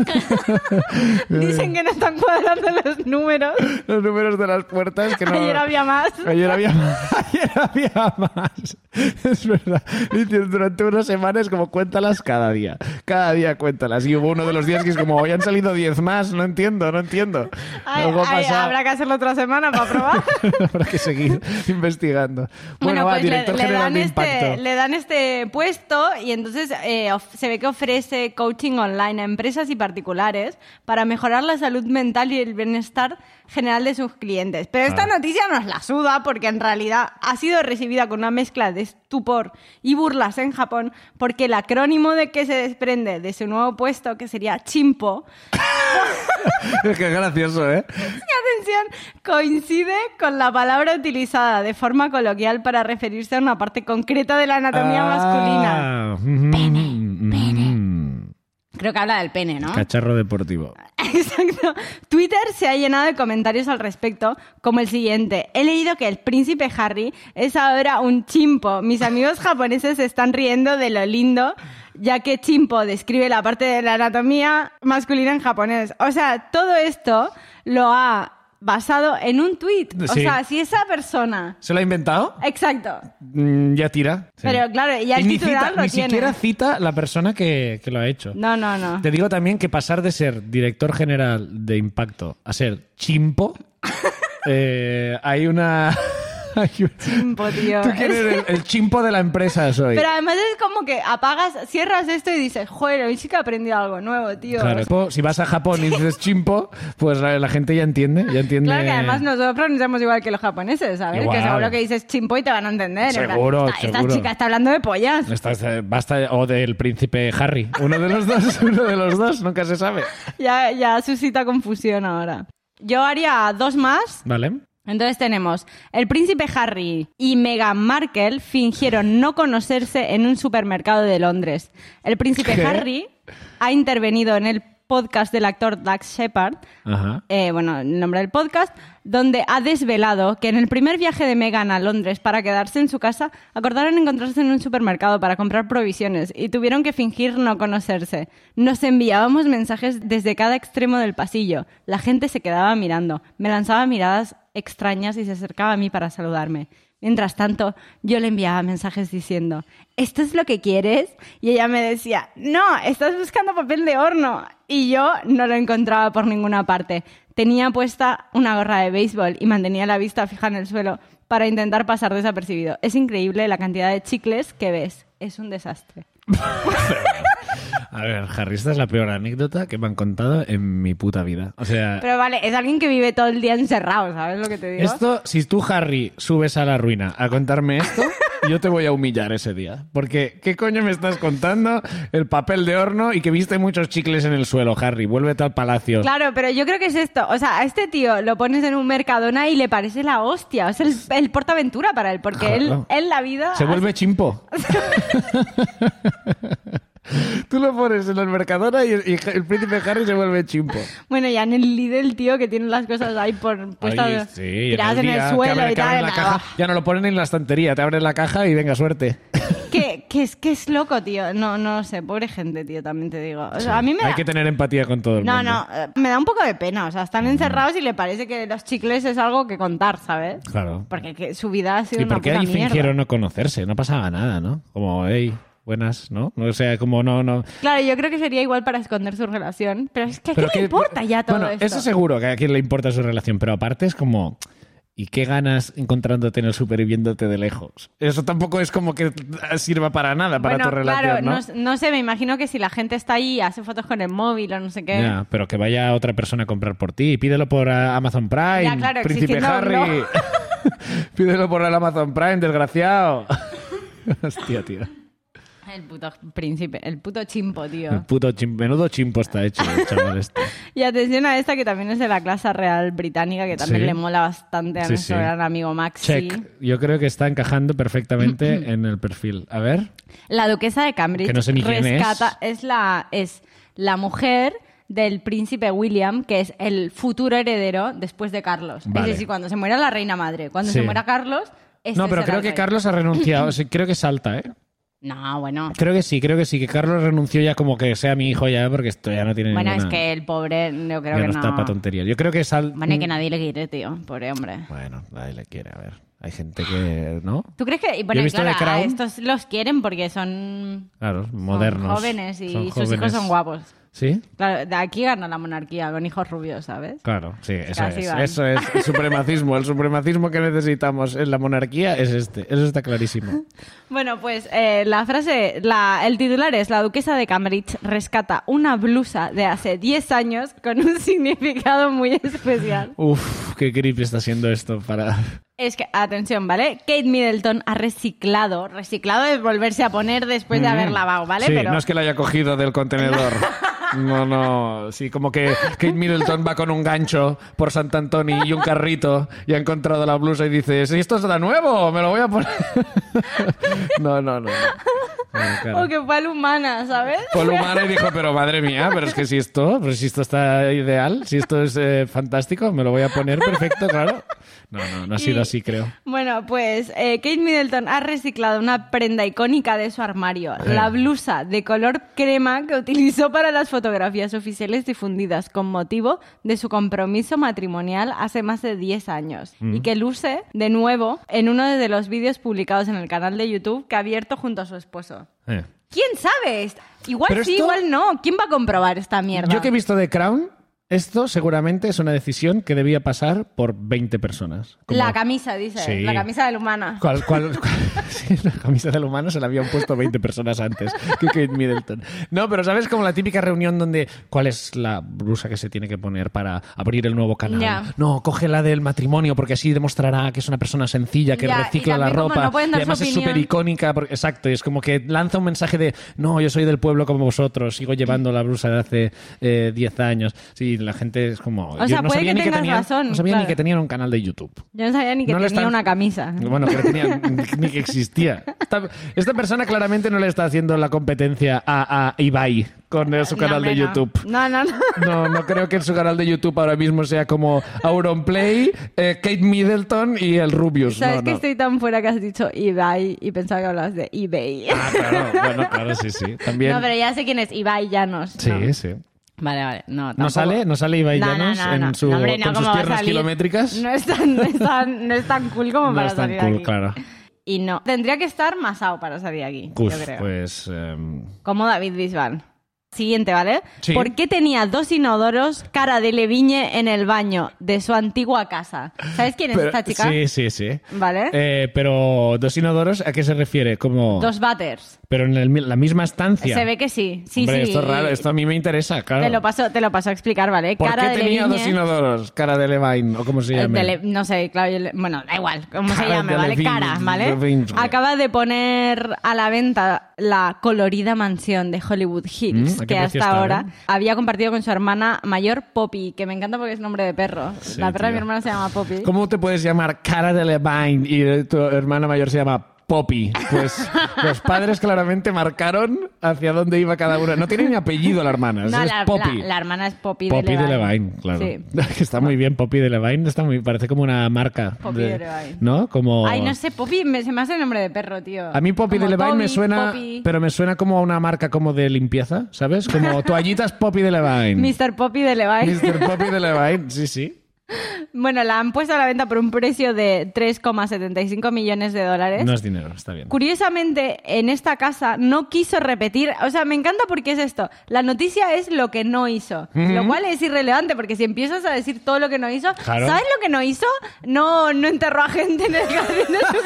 [SPEAKER 2] Dicen que no están cuadrando los números.
[SPEAKER 3] Los números de las puertas que no...
[SPEAKER 2] Ayer había más.
[SPEAKER 3] Ayer había más. Ayer había más. Es verdad. Dice, durante una semana es como cuéntalas cada día. Cada día cuéntalas. Y hubo uno de los días que es como, hoy han salido diez más. No entiendo, no entiendo.
[SPEAKER 2] Ay,
[SPEAKER 3] Algo ha
[SPEAKER 2] ay,
[SPEAKER 3] pasado.
[SPEAKER 2] habrá que hacerlo otra semana para probar.
[SPEAKER 3] Habrá que seguir investigando. Bueno, va,
[SPEAKER 2] pues le-
[SPEAKER 3] director
[SPEAKER 2] le,
[SPEAKER 3] general
[SPEAKER 2] dan
[SPEAKER 3] de
[SPEAKER 2] este,
[SPEAKER 3] Impacto.
[SPEAKER 2] le dan este puesto y entonces eh, of- se ve que ofrece coaching online a empresas y particulares para mejorar la salud mental y el bienestar general de sus clientes. Pero esta
[SPEAKER 3] Ah.
[SPEAKER 2] noticia nos la suda porque en realidad ha sido recibida con una mezcla de estupor y burlas en Japón porque el acrónimo de que se desprende de su nuevo puesto, que sería Chimpo,
[SPEAKER 3] Qué gracioso, ¿eh?
[SPEAKER 2] y atención, coincide con la palabra utilizada de forma coloquial para referirse a una parte concreta de la anatomía masculina.
[SPEAKER 3] Ah, pene, pene.
[SPEAKER 2] Creo que habla del pene, ¿no?
[SPEAKER 3] Cacharro deportivo.
[SPEAKER 2] Exacto. Twitter se ha llenado de comentarios al respecto, como el siguiente. He leído que el príncipe Harry es ahora un chimpo. Mis amigos japoneses se están riendo de lo lindo, ya que chimpo describe la parte de la anatomía masculina en japonés. O sea, todo esto lo ha basado en un tuit. O
[SPEAKER 3] Sí.
[SPEAKER 2] sea, si esa persona...
[SPEAKER 3] ¿Se lo ha inventado?
[SPEAKER 2] Exacto.
[SPEAKER 3] Mm, ya tira. Sí.
[SPEAKER 2] Pero claro, ya el
[SPEAKER 3] Y ni
[SPEAKER 2] titular
[SPEAKER 3] cita-
[SPEAKER 2] lo
[SPEAKER 3] ni
[SPEAKER 2] tiene.
[SPEAKER 3] siquiera cita la persona que, que lo ha hecho.
[SPEAKER 2] No, no, no.
[SPEAKER 3] Te digo también que pasar de ser director general de Impacto a ser chimpo, eh, hay una... hay un-
[SPEAKER 2] Chimpo, tío.
[SPEAKER 3] Tú quieres el, el chimpo de la empresa soy.
[SPEAKER 2] Pero además es como que apagas, cierras esto y dices, joder, hoy sí que he aprendido algo nuevo, tío.
[SPEAKER 3] Claro, po- si vas a Japón y dices chimpo, pues la, la gente ya entiende, ya entiende.
[SPEAKER 2] Claro que además nosotros pronunciamos igual que los japoneses, ¿sabes?
[SPEAKER 3] Igual.
[SPEAKER 2] Que seguro que dices chimpo y te van a entender. En plan,
[SPEAKER 3] Seguro,
[SPEAKER 2] esta, esta
[SPEAKER 3] seguro.
[SPEAKER 2] chica está hablando de pollas.
[SPEAKER 3] Estás, eh, basta, o del príncipe Harry. Uno de los dos, uno de los dos, nunca se sabe.
[SPEAKER 2] Ya, ya suscita confusión ahora. Yo haría dos más.
[SPEAKER 3] Vale.
[SPEAKER 2] Entonces tenemos, el príncipe Harry y Meghan Markle fingieron no conocerse en un supermercado de Londres. El príncipe
[SPEAKER 3] ¿Qué?
[SPEAKER 2] Harry ha intervenido en el podcast del actor Dax Shepard,
[SPEAKER 3] Ajá.
[SPEAKER 2] eh, bueno, el nombre del podcast, donde ha desvelado que en el primer viaje de Meghan a Londres para quedarse en su casa, acordaron encontrarse en un supermercado para comprar provisiones y tuvieron que fingir no conocerse. Nos enviábamos mensajes desde cada extremo del pasillo. La gente se quedaba mirando, me lanzaba miradas extrañas y se acercaba a mí para saludarme. Mientras tanto, yo le enviaba mensajes diciendo, ¿esto es lo que quieres? Y ella me decía, no, estás buscando papel de horno. Y yo no lo encontraba por ninguna parte. Tenía puesta una gorra de béisbol y mantenía la vista fija en el suelo para intentar pasar desapercibido. Es increíble la cantidad de chicles que ves. Es un desastre.
[SPEAKER 3] A ver, Harry, esta es la peor anécdota que me han contado en mi puta vida. O sea,
[SPEAKER 2] Pero vale, es alguien que vive todo el día encerrado, ¿sabes lo que te digo?
[SPEAKER 3] esto, si tú, Harry, subes a la ruina a contarme esto, yo te voy a humillar ese día. Porque, ¿qué coño me estás contando? El papel de horno y que viste muchos chicles en el suelo, Harry. Vuélvete al palacio.
[SPEAKER 2] Claro, pero yo creo que es esto. O sea, a este tío lo pones en un Mercadona y le parece la hostia. Es el, el Portaventura para él, porque él
[SPEAKER 3] Claro.
[SPEAKER 2] en la vida...
[SPEAKER 3] Se vuelve chimpo. Tú lo pones en el Mercadona y el, y el príncipe Harry se vuelve chimpo.
[SPEAKER 2] Bueno, ya en el Lidl, tío, que tiene las cosas ahí por puestas
[SPEAKER 3] Ay, sí, y
[SPEAKER 2] tiradas en el,
[SPEAKER 3] día,
[SPEAKER 2] suelo
[SPEAKER 3] que abre-
[SPEAKER 2] y
[SPEAKER 3] que abren
[SPEAKER 2] tal.
[SPEAKER 3] la caja, ya no lo ponen en la estantería, te abren la caja y venga, suerte.
[SPEAKER 2] Que, que es que es loco, tío. No, no lo sé, pobre gente, tío, también te digo. O sea, a mí me
[SPEAKER 3] Hay
[SPEAKER 2] da...
[SPEAKER 3] que tener empatía con todo el
[SPEAKER 2] No,
[SPEAKER 3] mundo.
[SPEAKER 2] no, eh, me da un poco de pena. O sea, están encerrados y le parece que los chicles es algo que contar, ¿sabes?
[SPEAKER 3] Claro.
[SPEAKER 2] Porque que su vida ha sido
[SPEAKER 3] ¿Y
[SPEAKER 2] una
[SPEAKER 3] por qué
[SPEAKER 2] puta
[SPEAKER 3] ahí
[SPEAKER 2] mierda.
[SPEAKER 3] fingieron no conocerse? No pasaba nada, ¿no? Como, hey, buenas, ¿no? O sea, como no, no...
[SPEAKER 2] Claro, yo creo que sería igual para esconder su relación. Pero es que ¿a
[SPEAKER 3] Pero
[SPEAKER 2] quién le
[SPEAKER 3] que-
[SPEAKER 2] importa ya todo
[SPEAKER 3] bueno,
[SPEAKER 2] esto?
[SPEAKER 3] eso seguro que a quién le importa su relación, pero aparte es como... ¿Y qué ganas encontrándote en el súper y viéndote de lejos? Eso tampoco es como que sirva para nada, para
[SPEAKER 2] bueno,
[SPEAKER 3] tu relación,
[SPEAKER 2] claro,
[SPEAKER 3] ¿no?
[SPEAKER 2] no, no sé, me imagino que si la gente está ahí, hace fotos con el móvil o no sé qué.
[SPEAKER 3] Ya, pero que vaya otra persona a comprar por ti. Pídelo por ah, Amazon Prime,
[SPEAKER 2] Ya, claro,
[SPEAKER 3] Príncipe
[SPEAKER 2] exigiendo
[SPEAKER 3] Harry.
[SPEAKER 2] no.
[SPEAKER 3] Pídelo por el Amazon Prime, desgraciado. Hostia, tío.
[SPEAKER 2] El puto príncipe, el puto chimpo, tío.
[SPEAKER 3] El puto chim- menudo chimpo está hecho, el chaval este.
[SPEAKER 2] Y atención a esta que también es de la clase real británica, que también
[SPEAKER 3] Sí.
[SPEAKER 2] le mola bastante a
[SPEAKER 3] Sí,
[SPEAKER 2] nuestro
[SPEAKER 3] sí.
[SPEAKER 2] gran amigo Maxi.
[SPEAKER 3] Check. Yo creo que está encajando perfectamente en el perfil. A ver.
[SPEAKER 2] La duquesa de Cambridge
[SPEAKER 3] Que no sé ni quién
[SPEAKER 2] rescata, es. la, es la mujer del príncipe William, que es el futuro heredero después de Carlos.
[SPEAKER 3] Vale.
[SPEAKER 2] Es decir, cuando se muera la reina madre, cuando
[SPEAKER 3] Sí.
[SPEAKER 2] se muera Carlos, este
[SPEAKER 3] No, pero
[SPEAKER 2] será
[SPEAKER 3] creo
[SPEAKER 2] el
[SPEAKER 3] que
[SPEAKER 2] rey.
[SPEAKER 3] Carlos ha renunciado. Sí, creo que salta, ¿eh?
[SPEAKER 2] No, bueno.
[SPEAKER 3] Creo que sí, creo que sí. Que Carlos renunció ya como que sea mi hijo ya, porque esto ya no tiene
[SPEAKER 2] Bueno,
[SPEAKER 3] ninguna...
[SPEAKER 2] es que el pobre, yo creo
[SPEAKER 3] ya
[SPEAKER 2] que
[SPEAKER 3] no
[SPEAKER 2] no.
[SPEAKER 3] está para tonterías. Yo creo que sal...
[SPEAKER 2] Bueno, que nadie le quiere, tío, pobre hombre.
[SPEAKER 3] Bueno, nadie le quiere, a ver. Hay gente que... ¿No?
[SPEAKER 2] ¿Tú crees que...?
[SPEAKER 3] Yo
[SPEAKER 2] Bueno,
[SPEAKER 3] he visto
[SPEAKER 2] claro,
[SPEAKER 3] The Crown.
[SPEAKER 2] a estos los quieren porque son,
[SPEAKER 3] Claro,
[SPEAKER 2] son
[SPEAKER 3] modernos.
[SPEAKER 2] jóvenes y
[SPEAKER 3] Son
[SPEAKER 2] sus
[SPEAKER 3] jóvenes.
[SPEAKER 2] hijos son guapos.
[SPEAKER 3] ¿Sí?
[SPEAKER 2] Claro, de aquí gana la monarquía, con hijos rubios, ¿sabes?
[SPEAKER 3] Claro, sí, eso
[SPEAKER 2] Casi
[SPEAKER 3] es.
[SPEAKER 2] van.
[SPEAKER 3] Eso es el supremacismo. El supremacismo que necesitamos en la monarquía es este. Eso está clarísimo.
[SPEAKER 2] Bueno, pues eh, la frase, la, el titular es: la duquesa de Cambridge rescata una blusa de hace diez años con un significado muy especial.
[SPEAKER 3] Uf, qué creepy está siendo esto para...
[SPEAKER 2] Es que, atención, ¿vale? Kate Middleton ha reciclado, reciclado es volverse a poner después de haber lavado, ¿vale?
[SPEAKER 3] Sí,
[SPEAKER 2] Pero
[SPEAKER 3] no es que la haya cogido del contenedor. No, no. Sí, como que Kate Middleton va con un gancho por Sant Antoni y un carrito y ha encontrado la blusa y dice, ¿y esto está nuevo? Me lo voy a poner. No, no, no. Bueno, claro.
[SPEAKER 2] o que fue al humana, ¿sabes?
[SPEAKER 3] Fue el humano y dijo, pero madre mía, pero es que si esto, pero si esto está ideal, si esto es eh, fantástico, me lo voy a poner perfecto, claro. No, no, no ha sido
[SPEAKER 2] Y-
[SPEAKER 3] así, creo.
[SPEAKER 2] Bueno, pues eh, Kate Middleton ha reciclado una prenda icónica de su armario,
[SPEAKER 3] Eh.
[SPEAKER 2] la blusa de color crema que utilizó para las fotografías oficiales difundidas con motivo de su compromiso matrimonial hace más de diez años
[SPEAKER 3] Mm.
[SPEAKER 2] y que luce de nuevo en uno de los vídeos publicados en el canal de YouTube que ha abierto junto a su esposo.
[SPEAKER 3] Eh.
[SPEAKER 2] ¿Quién sabe? Igual
[SPEAKER 3] Pero
[SPEAKER 2] sí,
[SPEAKER 3] esto-
[SPEAKER 2] igual no. ¿Quién va a comprobar esta mierda?
[SPEAKER 3] Yo que he visto The Crown, esto seguramente es una decisión que debía pasar por veinte personas. Como-
[SPEAKER 2] La camisa, dice.
[SPEAKER 3] Sí.
[SPEAKER 2] La camisa del humana.
[SPEAKER 3] ¿Cuál, cuál, cuál? Sí, la camisa del humano se la habían puesto veinte personas antes que Kate Middleton. No, pero ¿sabes? Como la típica reunión donde ¿cuál es la blusa que se tiene que poner para abrir el nuevo canal?
[SPEAKER 2] Ya.
[SPEAKER 3] No, coge la del matrimonio porque así demostrará que es una persona sencilla, que
[SPEAKER 2] Ya,
[SPEAKER 3] recicla
[SPEAKER 2] y
[SPEAKER 3] la
[SPEAKER 2] también como
[SPEAKER 3] ropa.
[SPEAKER 2] no pueden
[SPEAKER 3] y
[SPEAKER 2] dar su
[SPEAKER 3] además es
[SPEAKER 2] opinión.
[SPEAKER 3] súper icónica. Porque, exacto, y es como que lanza un mensaje de no, yo soy del pueblo como vosotros, sigo llevando la blusa de hace eh, diez años. Sí, la gente es como...
[SPEAKER 2] O
[SPEAKER 3] yo
[SPEAKER 2] sea,
[SPEAKER 3] no
[SPEAKER 2] puede
[SPEAKER 3] sabía
[SPEAKER 2] que
[SPEAKER 3] ni que
[SPEAKER 2] tengas
[SPEAKER 3] tenían,
[SPEAKER 2] razón,
[SPEAKER 3] no sabía ni
[SPEAKER 2] claro.
[SPEAKER 3] que tenían un canal de YouTube.
[SPEAKER 2] Yo no sabía ni que
[SPEAKER 3] No le
[SPEAKER 2] tenía
[SPEAKER 3] están-
[SPEAKER 2] una camisa.
[SPEAKER 3] Bueno, que tenía, ni que existía. Esta, esta persona claramente no le está haciendo la competencia a, a Ibai con eh, su
[SPEAKER 2] No,
[SPEAKER 3] canal
[SPEAKER 2] hombre,
[SPEAKER 3] de
[SPEAKER 2] no.
[SPEAKER 3] YouTube.
[SPEAKER 2] No, no, no.
[SPEAKER 3] No, no creo que en su canal de YouTube ahora mismo sea como Auronplay, eh, Kate Middleton y el Rubius.
[SPEAKER 2] Sabes
[SPEAKER 3] No,
[SPEAKER 2] que
[SPEAKER 3] no.
[SPEAKER 2] estoy tan fuera que has dicho Ibai y pensaba que hablabas de eBay.
[SPEAKER 3] Ah, claro, bueno, claro, sí, sí. También.
[SPEAKER 2] No, pero ya sé quién es Ibai Llanos.
[SPEAKER 3] Sí,
[SPEAKER 2] No.
[SPEAKER 3] sí.
[SPEAKER 2] Vale, vale. No,
[SPEAKER 3] ¿No
[SPEAKER 2] tampoco.
[SPEAKER 3] sale? ¿No sale Ibai
[SPEAKER 2] No, no,
[SPEAKER 3] Llanos
[SPEAKER 2] no,
[SPEAKER 3] en
[SPEAKER 2] no.
[SPEAKER 3] su,
[SPEAKER 2] No, hombre, no,
[SPEAKER 3] con sus
[SPEAKER 2] ¿cómo va a
[SPEAKER 3] piernas
[SPEAKER 2] salir?
[SPEAKER 3] kilométricas?
[SPEAKER 2] No es tan, no es tan, no es tan cool como
[SPEAKER 3] No
[SPEAKER 2] para
[SPEAKER 3] es tan
[SPEAKER 2] salir
[SPEAKER 3] cool,
[SPEAKER 2] aquí.
[SPEAKER 3] claro.
[SPEAKER 2] Y no. Tendría que estar masao para salir aquí,
[SPEAKER 3] Uf,
[SPEAKER 2] yo creo.
[SPEAKER 3] pues... em,
[SPEAKER 2] Como David Bisbal. Siguiente, ¿vale?
[SPEAKER 3] Sí.
[SPEAKER 2] ¿Por qué tenía dos inodoros cara de Leviñe en el baño de su antigua casa? ¿Sabes quién es
[SPEAKER 3] pero-
[SPEAKER 2] esta chica?
[SPEAKER 3] Sí, sí, sí.
[SPEAKER 2] ¿Vale?
[SPEAKER 3] Eh, pero dos inodoros, ¿a qué se refiere? Como...
[SPEAKER 2] Dos váters.
[SPEAKER 3] Pero en el mi- la misma estancia.
[SPEAKER 2] Se ve que sí. Sí,
[SPEAKER 3] Hombre,
[SPEAKER 2] sí.
[SPEAKER 3] esto es raro, esto a mí me interesa, claro.
[SPEAKER 2] Te lo paso, te lo paso a explicar, ¿vale?
[SPEAKER 3] ¿Por
[SPEAKER 2] cara
[SPEAKER 3] qué
[SPEAKER 2] de
[SPEAKER 3] tenía
[SPEAKER 2] Leviñe,
[SPEAKER 3] dos inodoros? Cara de Levine, o como se
[SPEAKER 2] eh,
[SPEAKER 3] llama.
[SPEAKER 2] de Le- no sé, claro, yo le- bueno, da igual, cómo se
[SPEAKER 3] Cara
[SPEAKER 2] llame,
[SPEAKER 3] de
[SPEAKER 2] ¿vale?
[SPEAKER 3] Leviñe,
[SPEAKER 2] Cara, ¿vale?
[SPEAKER 3] Leviñe.
[SPEAKER 2] Acaba de poner a la venta la colorida mansión de Hollywood Hills,
[SPEAKER 3] Mm, ¿a qué
[SPEAKER 2] que
[SPEAKER 3] precio
[SPEAKER 2] hasta
[SPEAKER 3] está,
[SPEAKER 2] ahora
[SPEAKER 3] eh?
[SPEAKER 2] había compartido con su hermana mayor Poppy, que me encanta porque es nombre de perro.
[SPEAKER 3] Sí,
[SPEAKER 2] la perra de
[SPEAKER 3] tío.
[SPEAKER 2] mi hermana se llama Poppy.
[SPEAKER 3] ¿Cómo te puedes llamar Cara de Levine y tu hermana mayor se llama Poppy? Pues los padres claramente marcaron hacia dónde iba cada una. No tiene ni apellido la hermana, es
[SPEAKER 2] No, la,
[SPEAKER 3] Poppy.
[SPEAKER 2] la- la hermana es Poppy,
[SPEAKER 3] Poppy
[SPEAKER 2] de
[SPEAKER 3] de
[SPEAKER 2] Levine.
[SPEAKER 3] Levine, claro.
[SPEAKER 2] Sí.
[SPEAKER 3] Que está muy bien, Poppy de Levine. Está muy, parece como una marca.
[SPEAKER 2] Poppy de Levine.
[SPEAKER 3] ¿No? Como...
[SPEAKER 2] Ay, no sé, Poppy me, se me hace el nombre de perro, tío.
[SPEAKER 3] A mí Poppy
[SPEAKER 2] Como
[SPEAKER 3] de Levine me
[SPEAKER 2] Toby,
[SPEAKER 3] suena,
[SPEAKER 2] Poppy.
[SPEAKER 3] pero me suena como a una marca como de limpieza, ¿sabes? Como toallitas Poppy de Levine.
[SPEAKER 2] mister Poppy de Levine.
[SPEAKER 3] mister Poppy de Levine, sí, sí.
[SPEAKER 2] Bueno, la han puesto a la venta por un precio de tres coma setenta y cinco millones de dólares.
[SPEAKER 3] No es dinero, está bien.
[SPEAKER 2] Curiosamente, en esta casa no quiso repetir, o sea, me encanta porque es esto, la noticia es lo que no hizo,
[SPEAKER 3] Ujú.
[SPEAKER 2] lo cual es irrelevante porque si empiezas a decir todo lo que no hizo,
[SPEAKER 3] Claro.
[SPEAKER 2] ¿sabes lo que no hizo? No, no enterró a gente en el jardín de su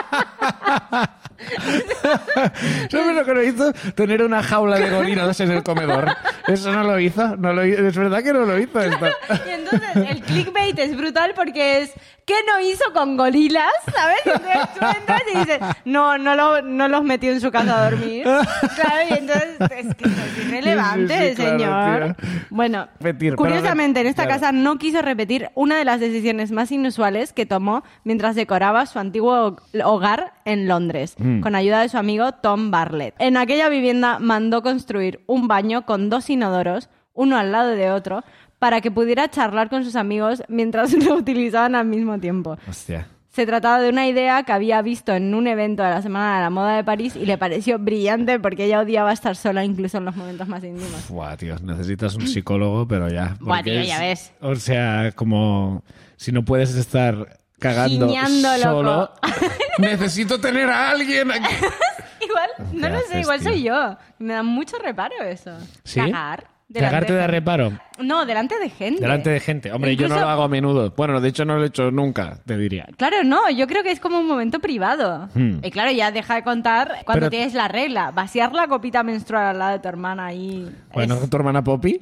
[SPEAKER 2] casa.
[SPEAKER 3] ¿Sabes lo que no hizo? Tener una jaula de gorilas en el comedor. Eso no lo hizo. No lo hizo. Es verdad que no lo hizo esto.
[SPEAKER 2] Y entonces el clickbait es brutal porque es ¿qué no hizo con gorilas? ¿Sabes? Entonces tú entras y dices, no, no, lo, no los metió en su casa a dormir. Claro, y entonces es que es irrelevante,
[SPEAKER 3] Sí, sí, sí, claro,
[SPEAKER 2] señor.
[SPEAKER 3] tía.
[SPEAKER 2] Bueno,
[SPEAKER 3] Repetir, pero
[SPEAKER 2] curiosamente, en esta
[SPEAKER 3] claro.
[SPEAKER 2] casa no quiso repetir una de las decisiones más inusuales que tomó mientras decoraba su antiguo hogar en Londres,
[SPEAKER 3] Mm.
[SPEAKER 2] con ayuda de su amigo Tom Bartlett. En aquella vivienda mandó construir un baño con dos inodoros, uno al lado de otro, para que pudiera charlar con sus amigos mientras lo utilizaban al mismo tiempo.
[SPEAKER 3] Hostia.
[SPEAKER 2] Se trataba de una idea que había visto en un evento de la Semana de la Moda de París y le pareció brillante porque ella odiaba estar sola incluso en los momentos más íntimos.
[SPEAKER 3] Buah, tío, necesitas un psicólogo, pero ya.
[SPEAKER 2] Buah,
[SPEAKER 3] porque
[SPEAKER 2] tío,
[SPEAKER 3] es-
[SPEAKER 2] ya ves.
[SPEAKER 3] O sea, como si no puedes estar cagando
[SPEAKER 2] Giñando,
[SPEAKER 3] solo,
[SPEAKER 2] loco.
[SPEAKER 3] necesito tener a alguien aquí.
[SPEAKER 2] Igual, no
[SPEAKER 3] ¿Qué
[SPEAKER 2] lo sé,
[SPEAKER 3] haces,
[SPEAKER 2] igual
[SPEAKER 3] tío?
[SPEAKER 2] soy yo. Me da mucho reparo eso.
[SPEAKER 3] ¿Sí?
[SPEAKER 2] Cagar. delante
[SPEAKER 3] Cagarte
[SPEAKER 2] de
[SPEAKER 3] da
[SPEAKER 2] gente.
[SPEAKER 3] reparo.
[SPEAKER 2] No, delante de gente.
[SPEAKER 3] Delante de gente. Hombre, yo no
[SPEAKER 2] Incluso-
[SPEAKER 3] lo hago a menudo. Bueno, de hecho no lo he hecho nunca, te diría.
[SPEAKER 2] Claro, no, yo creo que es como un momento privado.
[SPEAKER 3] Hmm.
[SPEAKER 2] Y claro, ya deja de contar cuando
[SPEAKER 3] Pero-
[SPEAKER 2] tienes la regla. Vaciar la copita menstrual al lado de tu hermana ahí.
[SPEAKER 3] Bueno,
[SPEAKER 2] es-
[SPEAKER 3] tu hermana Poppy.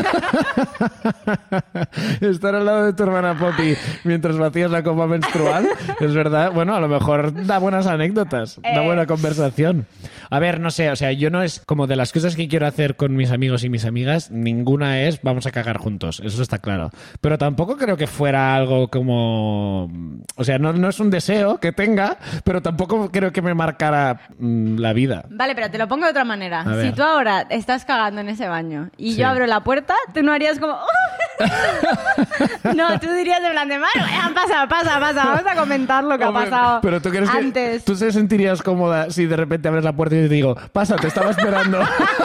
[SPEAKER 3] Estar al lado de tu hermana Poppy mientras vacías la copa menstrual, es verdad. Bueno, a lo mejor da buenas anécdotas, da
[SPEAKER 2] Eh.
[SPEAKER 3] buena conversación. A ver, no sé, o sea, yo no es como de las cosas que quiero hacer con mis amigos y mis amigas, ninguna es vamos a cagar juntos, eso está claro. Pero tampoco creo que fuera algo como... O sea, no, no es un deseo que tenga, pero tampoco creo que me marcara mm, la vida.
[SPEAKER 2] Vale, pero te lo pongo de otra manera.
[SPEAKER 3] A ver.
[SPEAKER 2] Si tú ahora estás cagando en ese baño y
[SPEAKER 3] Sí.
[SPEAKER 2] yo abro la puerta, tú no harías como... no, tú dirías de plan de mano, pasa, pasa, pasa, vamos a comentar lo que
[SPEAKER 3] Hombre,
[SPEAKER 2] ha pasado
[SPEAKER 3] pero tú crees
[SPEAKER 2] antes.
[SPEAKER 3] que tú te sentirías cómoda si de repente abres la puerta y te digo, pasa, te estaba esperando.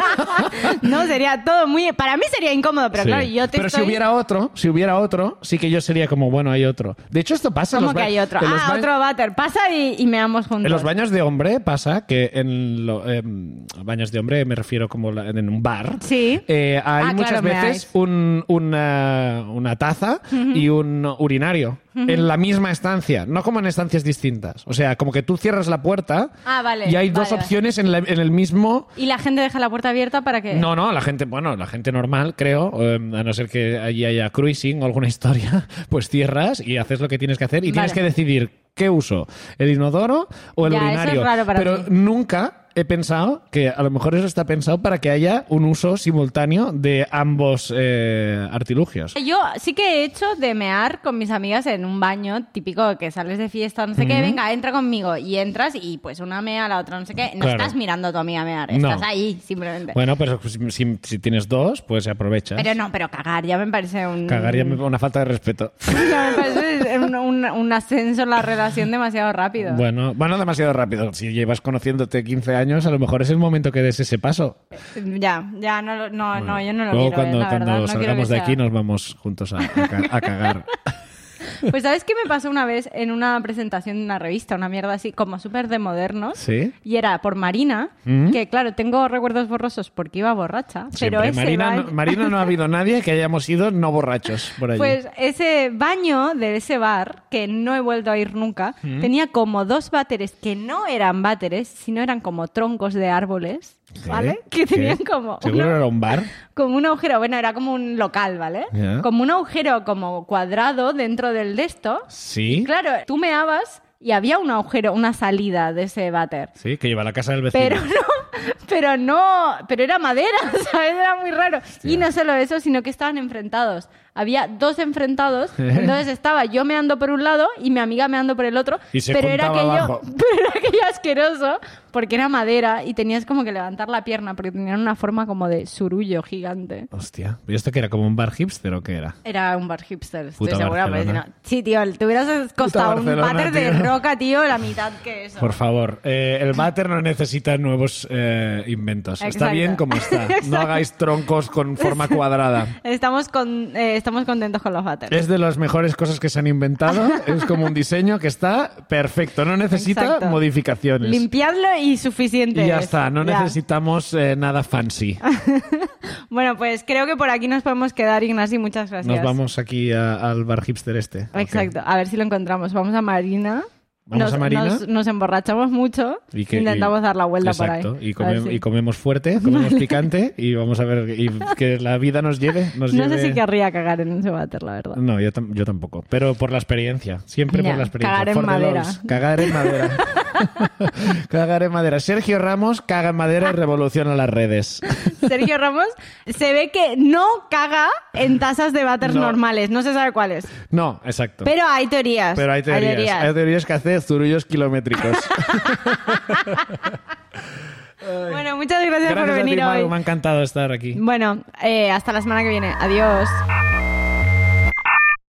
[SPEAKER 2] No, sería todo muy... Para mí sería incómodo, pero
[SPEAKER 3] Sí.
[SPEAKER 2] claro, yo te
[SPEAKER 3] Pero
[SPEAKER 2] estoy...
[SPEAKER 3] si hubiera otro, si hubiera otro, sí que yo sería como, bueno, hay otro. De hecho, esto pasa en
[SPEAKER 2] ¿Cómo
[SPEAKER 3] los
[SPEAKER 2] que
[SPEAKER 3] ba-
[SPEAKER 2] hay otro?
[SPEAKER 3] en los
[SPEAKER 2] Ah,
[SPEAKER 3] ba-
[SPEAKER 2] otro váter. Pasa y, y meamos juntos.
[SPEAKER 3] En los baños de hombre pasa que en los baños de hombre me refiero como la- en un bar.
[SPEAKER 2] Sí.
[SPEAKER 3] eh, hay
[SPEAKER 2] Ah,
[SPEAKER 3] muchas
[SPEAKER 2] claro,
[SPEAKER 3] veces
[SPEAKER 2] meáis.
[SPEAKER 3] un, una, una taza y un urinario en la misma estancia, no como en estancias distintas. O sea, como que tú cierras la puerta
[SPEAKER 2] Ah, vale,
[SPEAKER 3] y hay
[SPEAKER 2] vale,
[SPEAKER 3] dos
[SPEAKER 2] vale.
[SPEAKER 3] opciones en, la- en el mismo...
[SPEAKER 2] Y la gente deja la puerta abierta para que...
[SPEAKER 3] No, no, la gente, bueno, la gente normal, creo, eh, a no ser que allí haya cruising o alguna historia, pues cierras y haces lo que tienes que hacer y tienes
[SPEAKER 2] Vale.
[SPEAKER 3] que decidir qué uso, el inodoro o el
[SPEAKER 2] Ya, eso es
[SPEAKER 3] urinario.
[SPEAKER 2] raro para
[SPEAKER 3] Pero
[SPEAKER 2] ti.
[SPEAKER 3] nunca he pensado que a lo mejor eso está pensado para que haya un uso simultáneo de ambos eh, artilugios.
[SPEAKER 2] Yo sí que he hecho de mear con mis amigas en un baño típico que sales de fiesta, no sé qué, venga, entra conmigo. Y entras y pues una mea, la otra no sé qué. No
[SPEAKER 3] Claro.
[SPEAKER 2] estás mirando a tu amiga mear,
[SPEAKER 3] No.
[SPEAKER 2] estás ahí simplemente.
[SPEAKER 3] Bueno, pues si, si- si tienes dos, pues aprovechas.
[SPEAKER 2] Pero no, pero cagar ya me parece un...
[SPEAKER 3] Cagar ya me una falta de respeto.
[SPEAKER 2] Ya me parece un, un- un ascenso en la relación demasiado rápido.
[SPEAKER 3] Bueno, bueno, demasiado rápido. Si llevas conociéndote quince años, a lo mejor es el momento que des ese paso.
[SPEAKER 2] Ya, ya, no, lo- no, no, yo no lo
[SPEAKER 3] Luego
[SPEAKER 2] quiero.
[SPEAKER 3] cuando,
[SPEAKER 2] eh, la
[SPEAKER 3] cuando
[SPEAKER 2] verdad, no quiero
[SPEAKER 3] salgamos
[SPEAKER 2] que
[SPEAKER 3] de aquí
[SPEAKER 2] sea-
[SPEAKER 3] nos vamos juntos a, a ca- a cagar.
[SPEAKER 2] Pues ¿sabes qué me pasó una vez en una presentación de una revista, una mierda así, como súper de modernos?
[SPEAKER 3] ¿Sí?
[SPEAKER 2] Y era por Marina,
[SPEAKER 3] ¿Mm?
[SPEAKER 2] que claro, tengo recuerdos borrosos porque iba borracha, pero
[SPEAKER 3] Siempre.
[SPEAKER 2] ese
[SPEAKER 3] Marina,
[SPEAKER 2] baño...
[SPEAKER 3] no, Marina no ha habido nadie que hayamos ido no borrachos por allí.
[SPEAKER 2] Pues ese baño de ese bar, que no he vuelto a ir nunca,
[SPEAKER 3] ¿Mm?
[SPEAKER 2] tenía como dos váteres que no eran váteres, sino eran como troncos de árboles,
[SPEAKER 3] ¿Qué?
[SPEAKER 2] ¿vale? Que
[SPEAKER 3] ¿Qué?
[SPEAKER 2] tenían como...
[SPEAKER 3] ¿Seguro
[SPEAKER 2] una-
[SPEAKER 3] era un bar?
[SPEAKER 2] como un agujero, bueno, era como un local, ¿vale?
[SPEAKER 3] Ya.
[SPEAKER 2] Como un agujero como cuadrado dentro del de esto.
[SPEAKER 3] Sí.
[SPEAKER 2] Claro, tú meabas y había un agujero, una salida de ese váter.
[SPEAKER 3] Sí, que lleva a la casa del vecino.
[SPEAKER 2] Pero no, pero no, pero era madera, ¿sabes? Era muy raro. Y no solo eso, sino que estaban enfrentados. Había dos enfrentados, entonces estaba yo meando por un lado y mi amiga meando por el otro,
[SPEAKER 3] Y se
[SPEAKER 2] pero era
[SPEAKER 3] juntaba
[SPEAKER 2] aquello,
[SPEAKER 3] abajo.
[SPEAKER 2] pero era aquello asqueroso porque era madera y tenías como que levantar la pierna porque tenían una forma como de surullo gigante.
[SPEAKER 3] Hostia. ¿Y esto qué era? ¿Como un bar hipster o qué era?
[SPEAKER 2] Era un bar hipster, estoy
[SPEAKER 3] Puta
[SPEAKER 2] segura. pero
[SPEAKER 3] Barcelona.
[SPEAKER 2] si no- Sí, tío, te hubieras costado un
[SPEAKER 3] Barcelona,
[SPEAKER 2] váter de
[SPEAKER 3] tío.
[SPEAKER 2] roca, tío, la mitad que eso.
[SPEAKER 3] Por favor, eh, el váter no necesita nuevos eh, inventos. Está
[SPEAKER 2] Exacto.
[SPEAKER 3] bien como está. No hagáis troncos con forma cuadrada.
[SPEAKER 2] Estamos, con, eh, estamos contentos con los váteres.
[SPEAKER 3] Es de las mejores cosas que se han inventado. Es como un diseño que está perfecto. No necesita
[SPEAKER 2] Exacto.
[SPEAKER 3] modificaciones.
[SPEAKER 2] Limpiadlo y suficiente.
[SPEAKER 3] Y ya
[SPEAKER 2] es.
[SPEAKER 3] está. No
[SPEAKER 2] Ya.
[SPEAKER 3] necesitamos eh, nada fancy.
[SPEAKER 2] Bueno, pues creo que por aquí nos podemos quedar, Ignasi. Muchas gracias.
[SPEAKER 3] Nos vamos aquí a- al bar hipster este. Ok.
[SPEAKER 2] Exacto. A ver si lo encontramos. Vamos a Marina.
[SPEAKER 3] Vamos
[SPEAKER 2] nos,
[SPEAKER 3] a Marina.
[SPEAKER 2] Nos, nos emborrachamos mucho.
[SPEAKER 3] Y que,
[SPEAKER 2] intentamos
[SPEAKER 3] y,
[SPEAKER 2] dar la vuelta
[SPEAKER 3] exacto,
[SPEAKER 2] por ahí.
[SPEAKER 3] Y, come,
[SPEAKER 2] sí.
[SPEAKER 3] y comemos fuerte, comemos vale. picante y vamos a ver y que la vida nos lleve. Nos
[SPEAKER 2] no
[SPEAKER 3] lleve...
[SPEAKER 2] sé si querría cagar en ese váter, la verdad.
[SPEAKER 3] No, yo, tam- yo tampoco. Pero por la experiencia. Siempre
[SPEAKER 2] ya,
[SPEAKER 3] por la experiencia.
[SPEAKER 2] Cagar en
[SPEAKER 3] For
[SPEAKER 2] madera.
[SPEAKER 3] Cagar en madera. Cagar en madera. Sergio Ramos caga en madera y revoluciona las redes.
[SPEAKER 2] Sergio Ramos se ve que no caga en tazas de váter
[SPEAKER 3] no.
[SPEAKER 2] normales. No se sabe cuáles.
[SPEAKER 3] No, exacto.
[SPEAKER 2] Pero hay teorías.
[SPEAKER 3] Pero hay teorías. Hay teorías, hay teorías que hace zurullos kilométricos.
[SPEAKER 2] Bueno, muchas gracias,
[SPEAKER 3] gracias
[SPEAKER 2] por venir
[SPEAKER 3] a ti, Maru,
[SPEAKER 2] hoy.
[SPEAKER 3] me ha encantado estar aquí.
[SPEAKER 2] Bueno, eh, hasta la semana que viene. Adiós.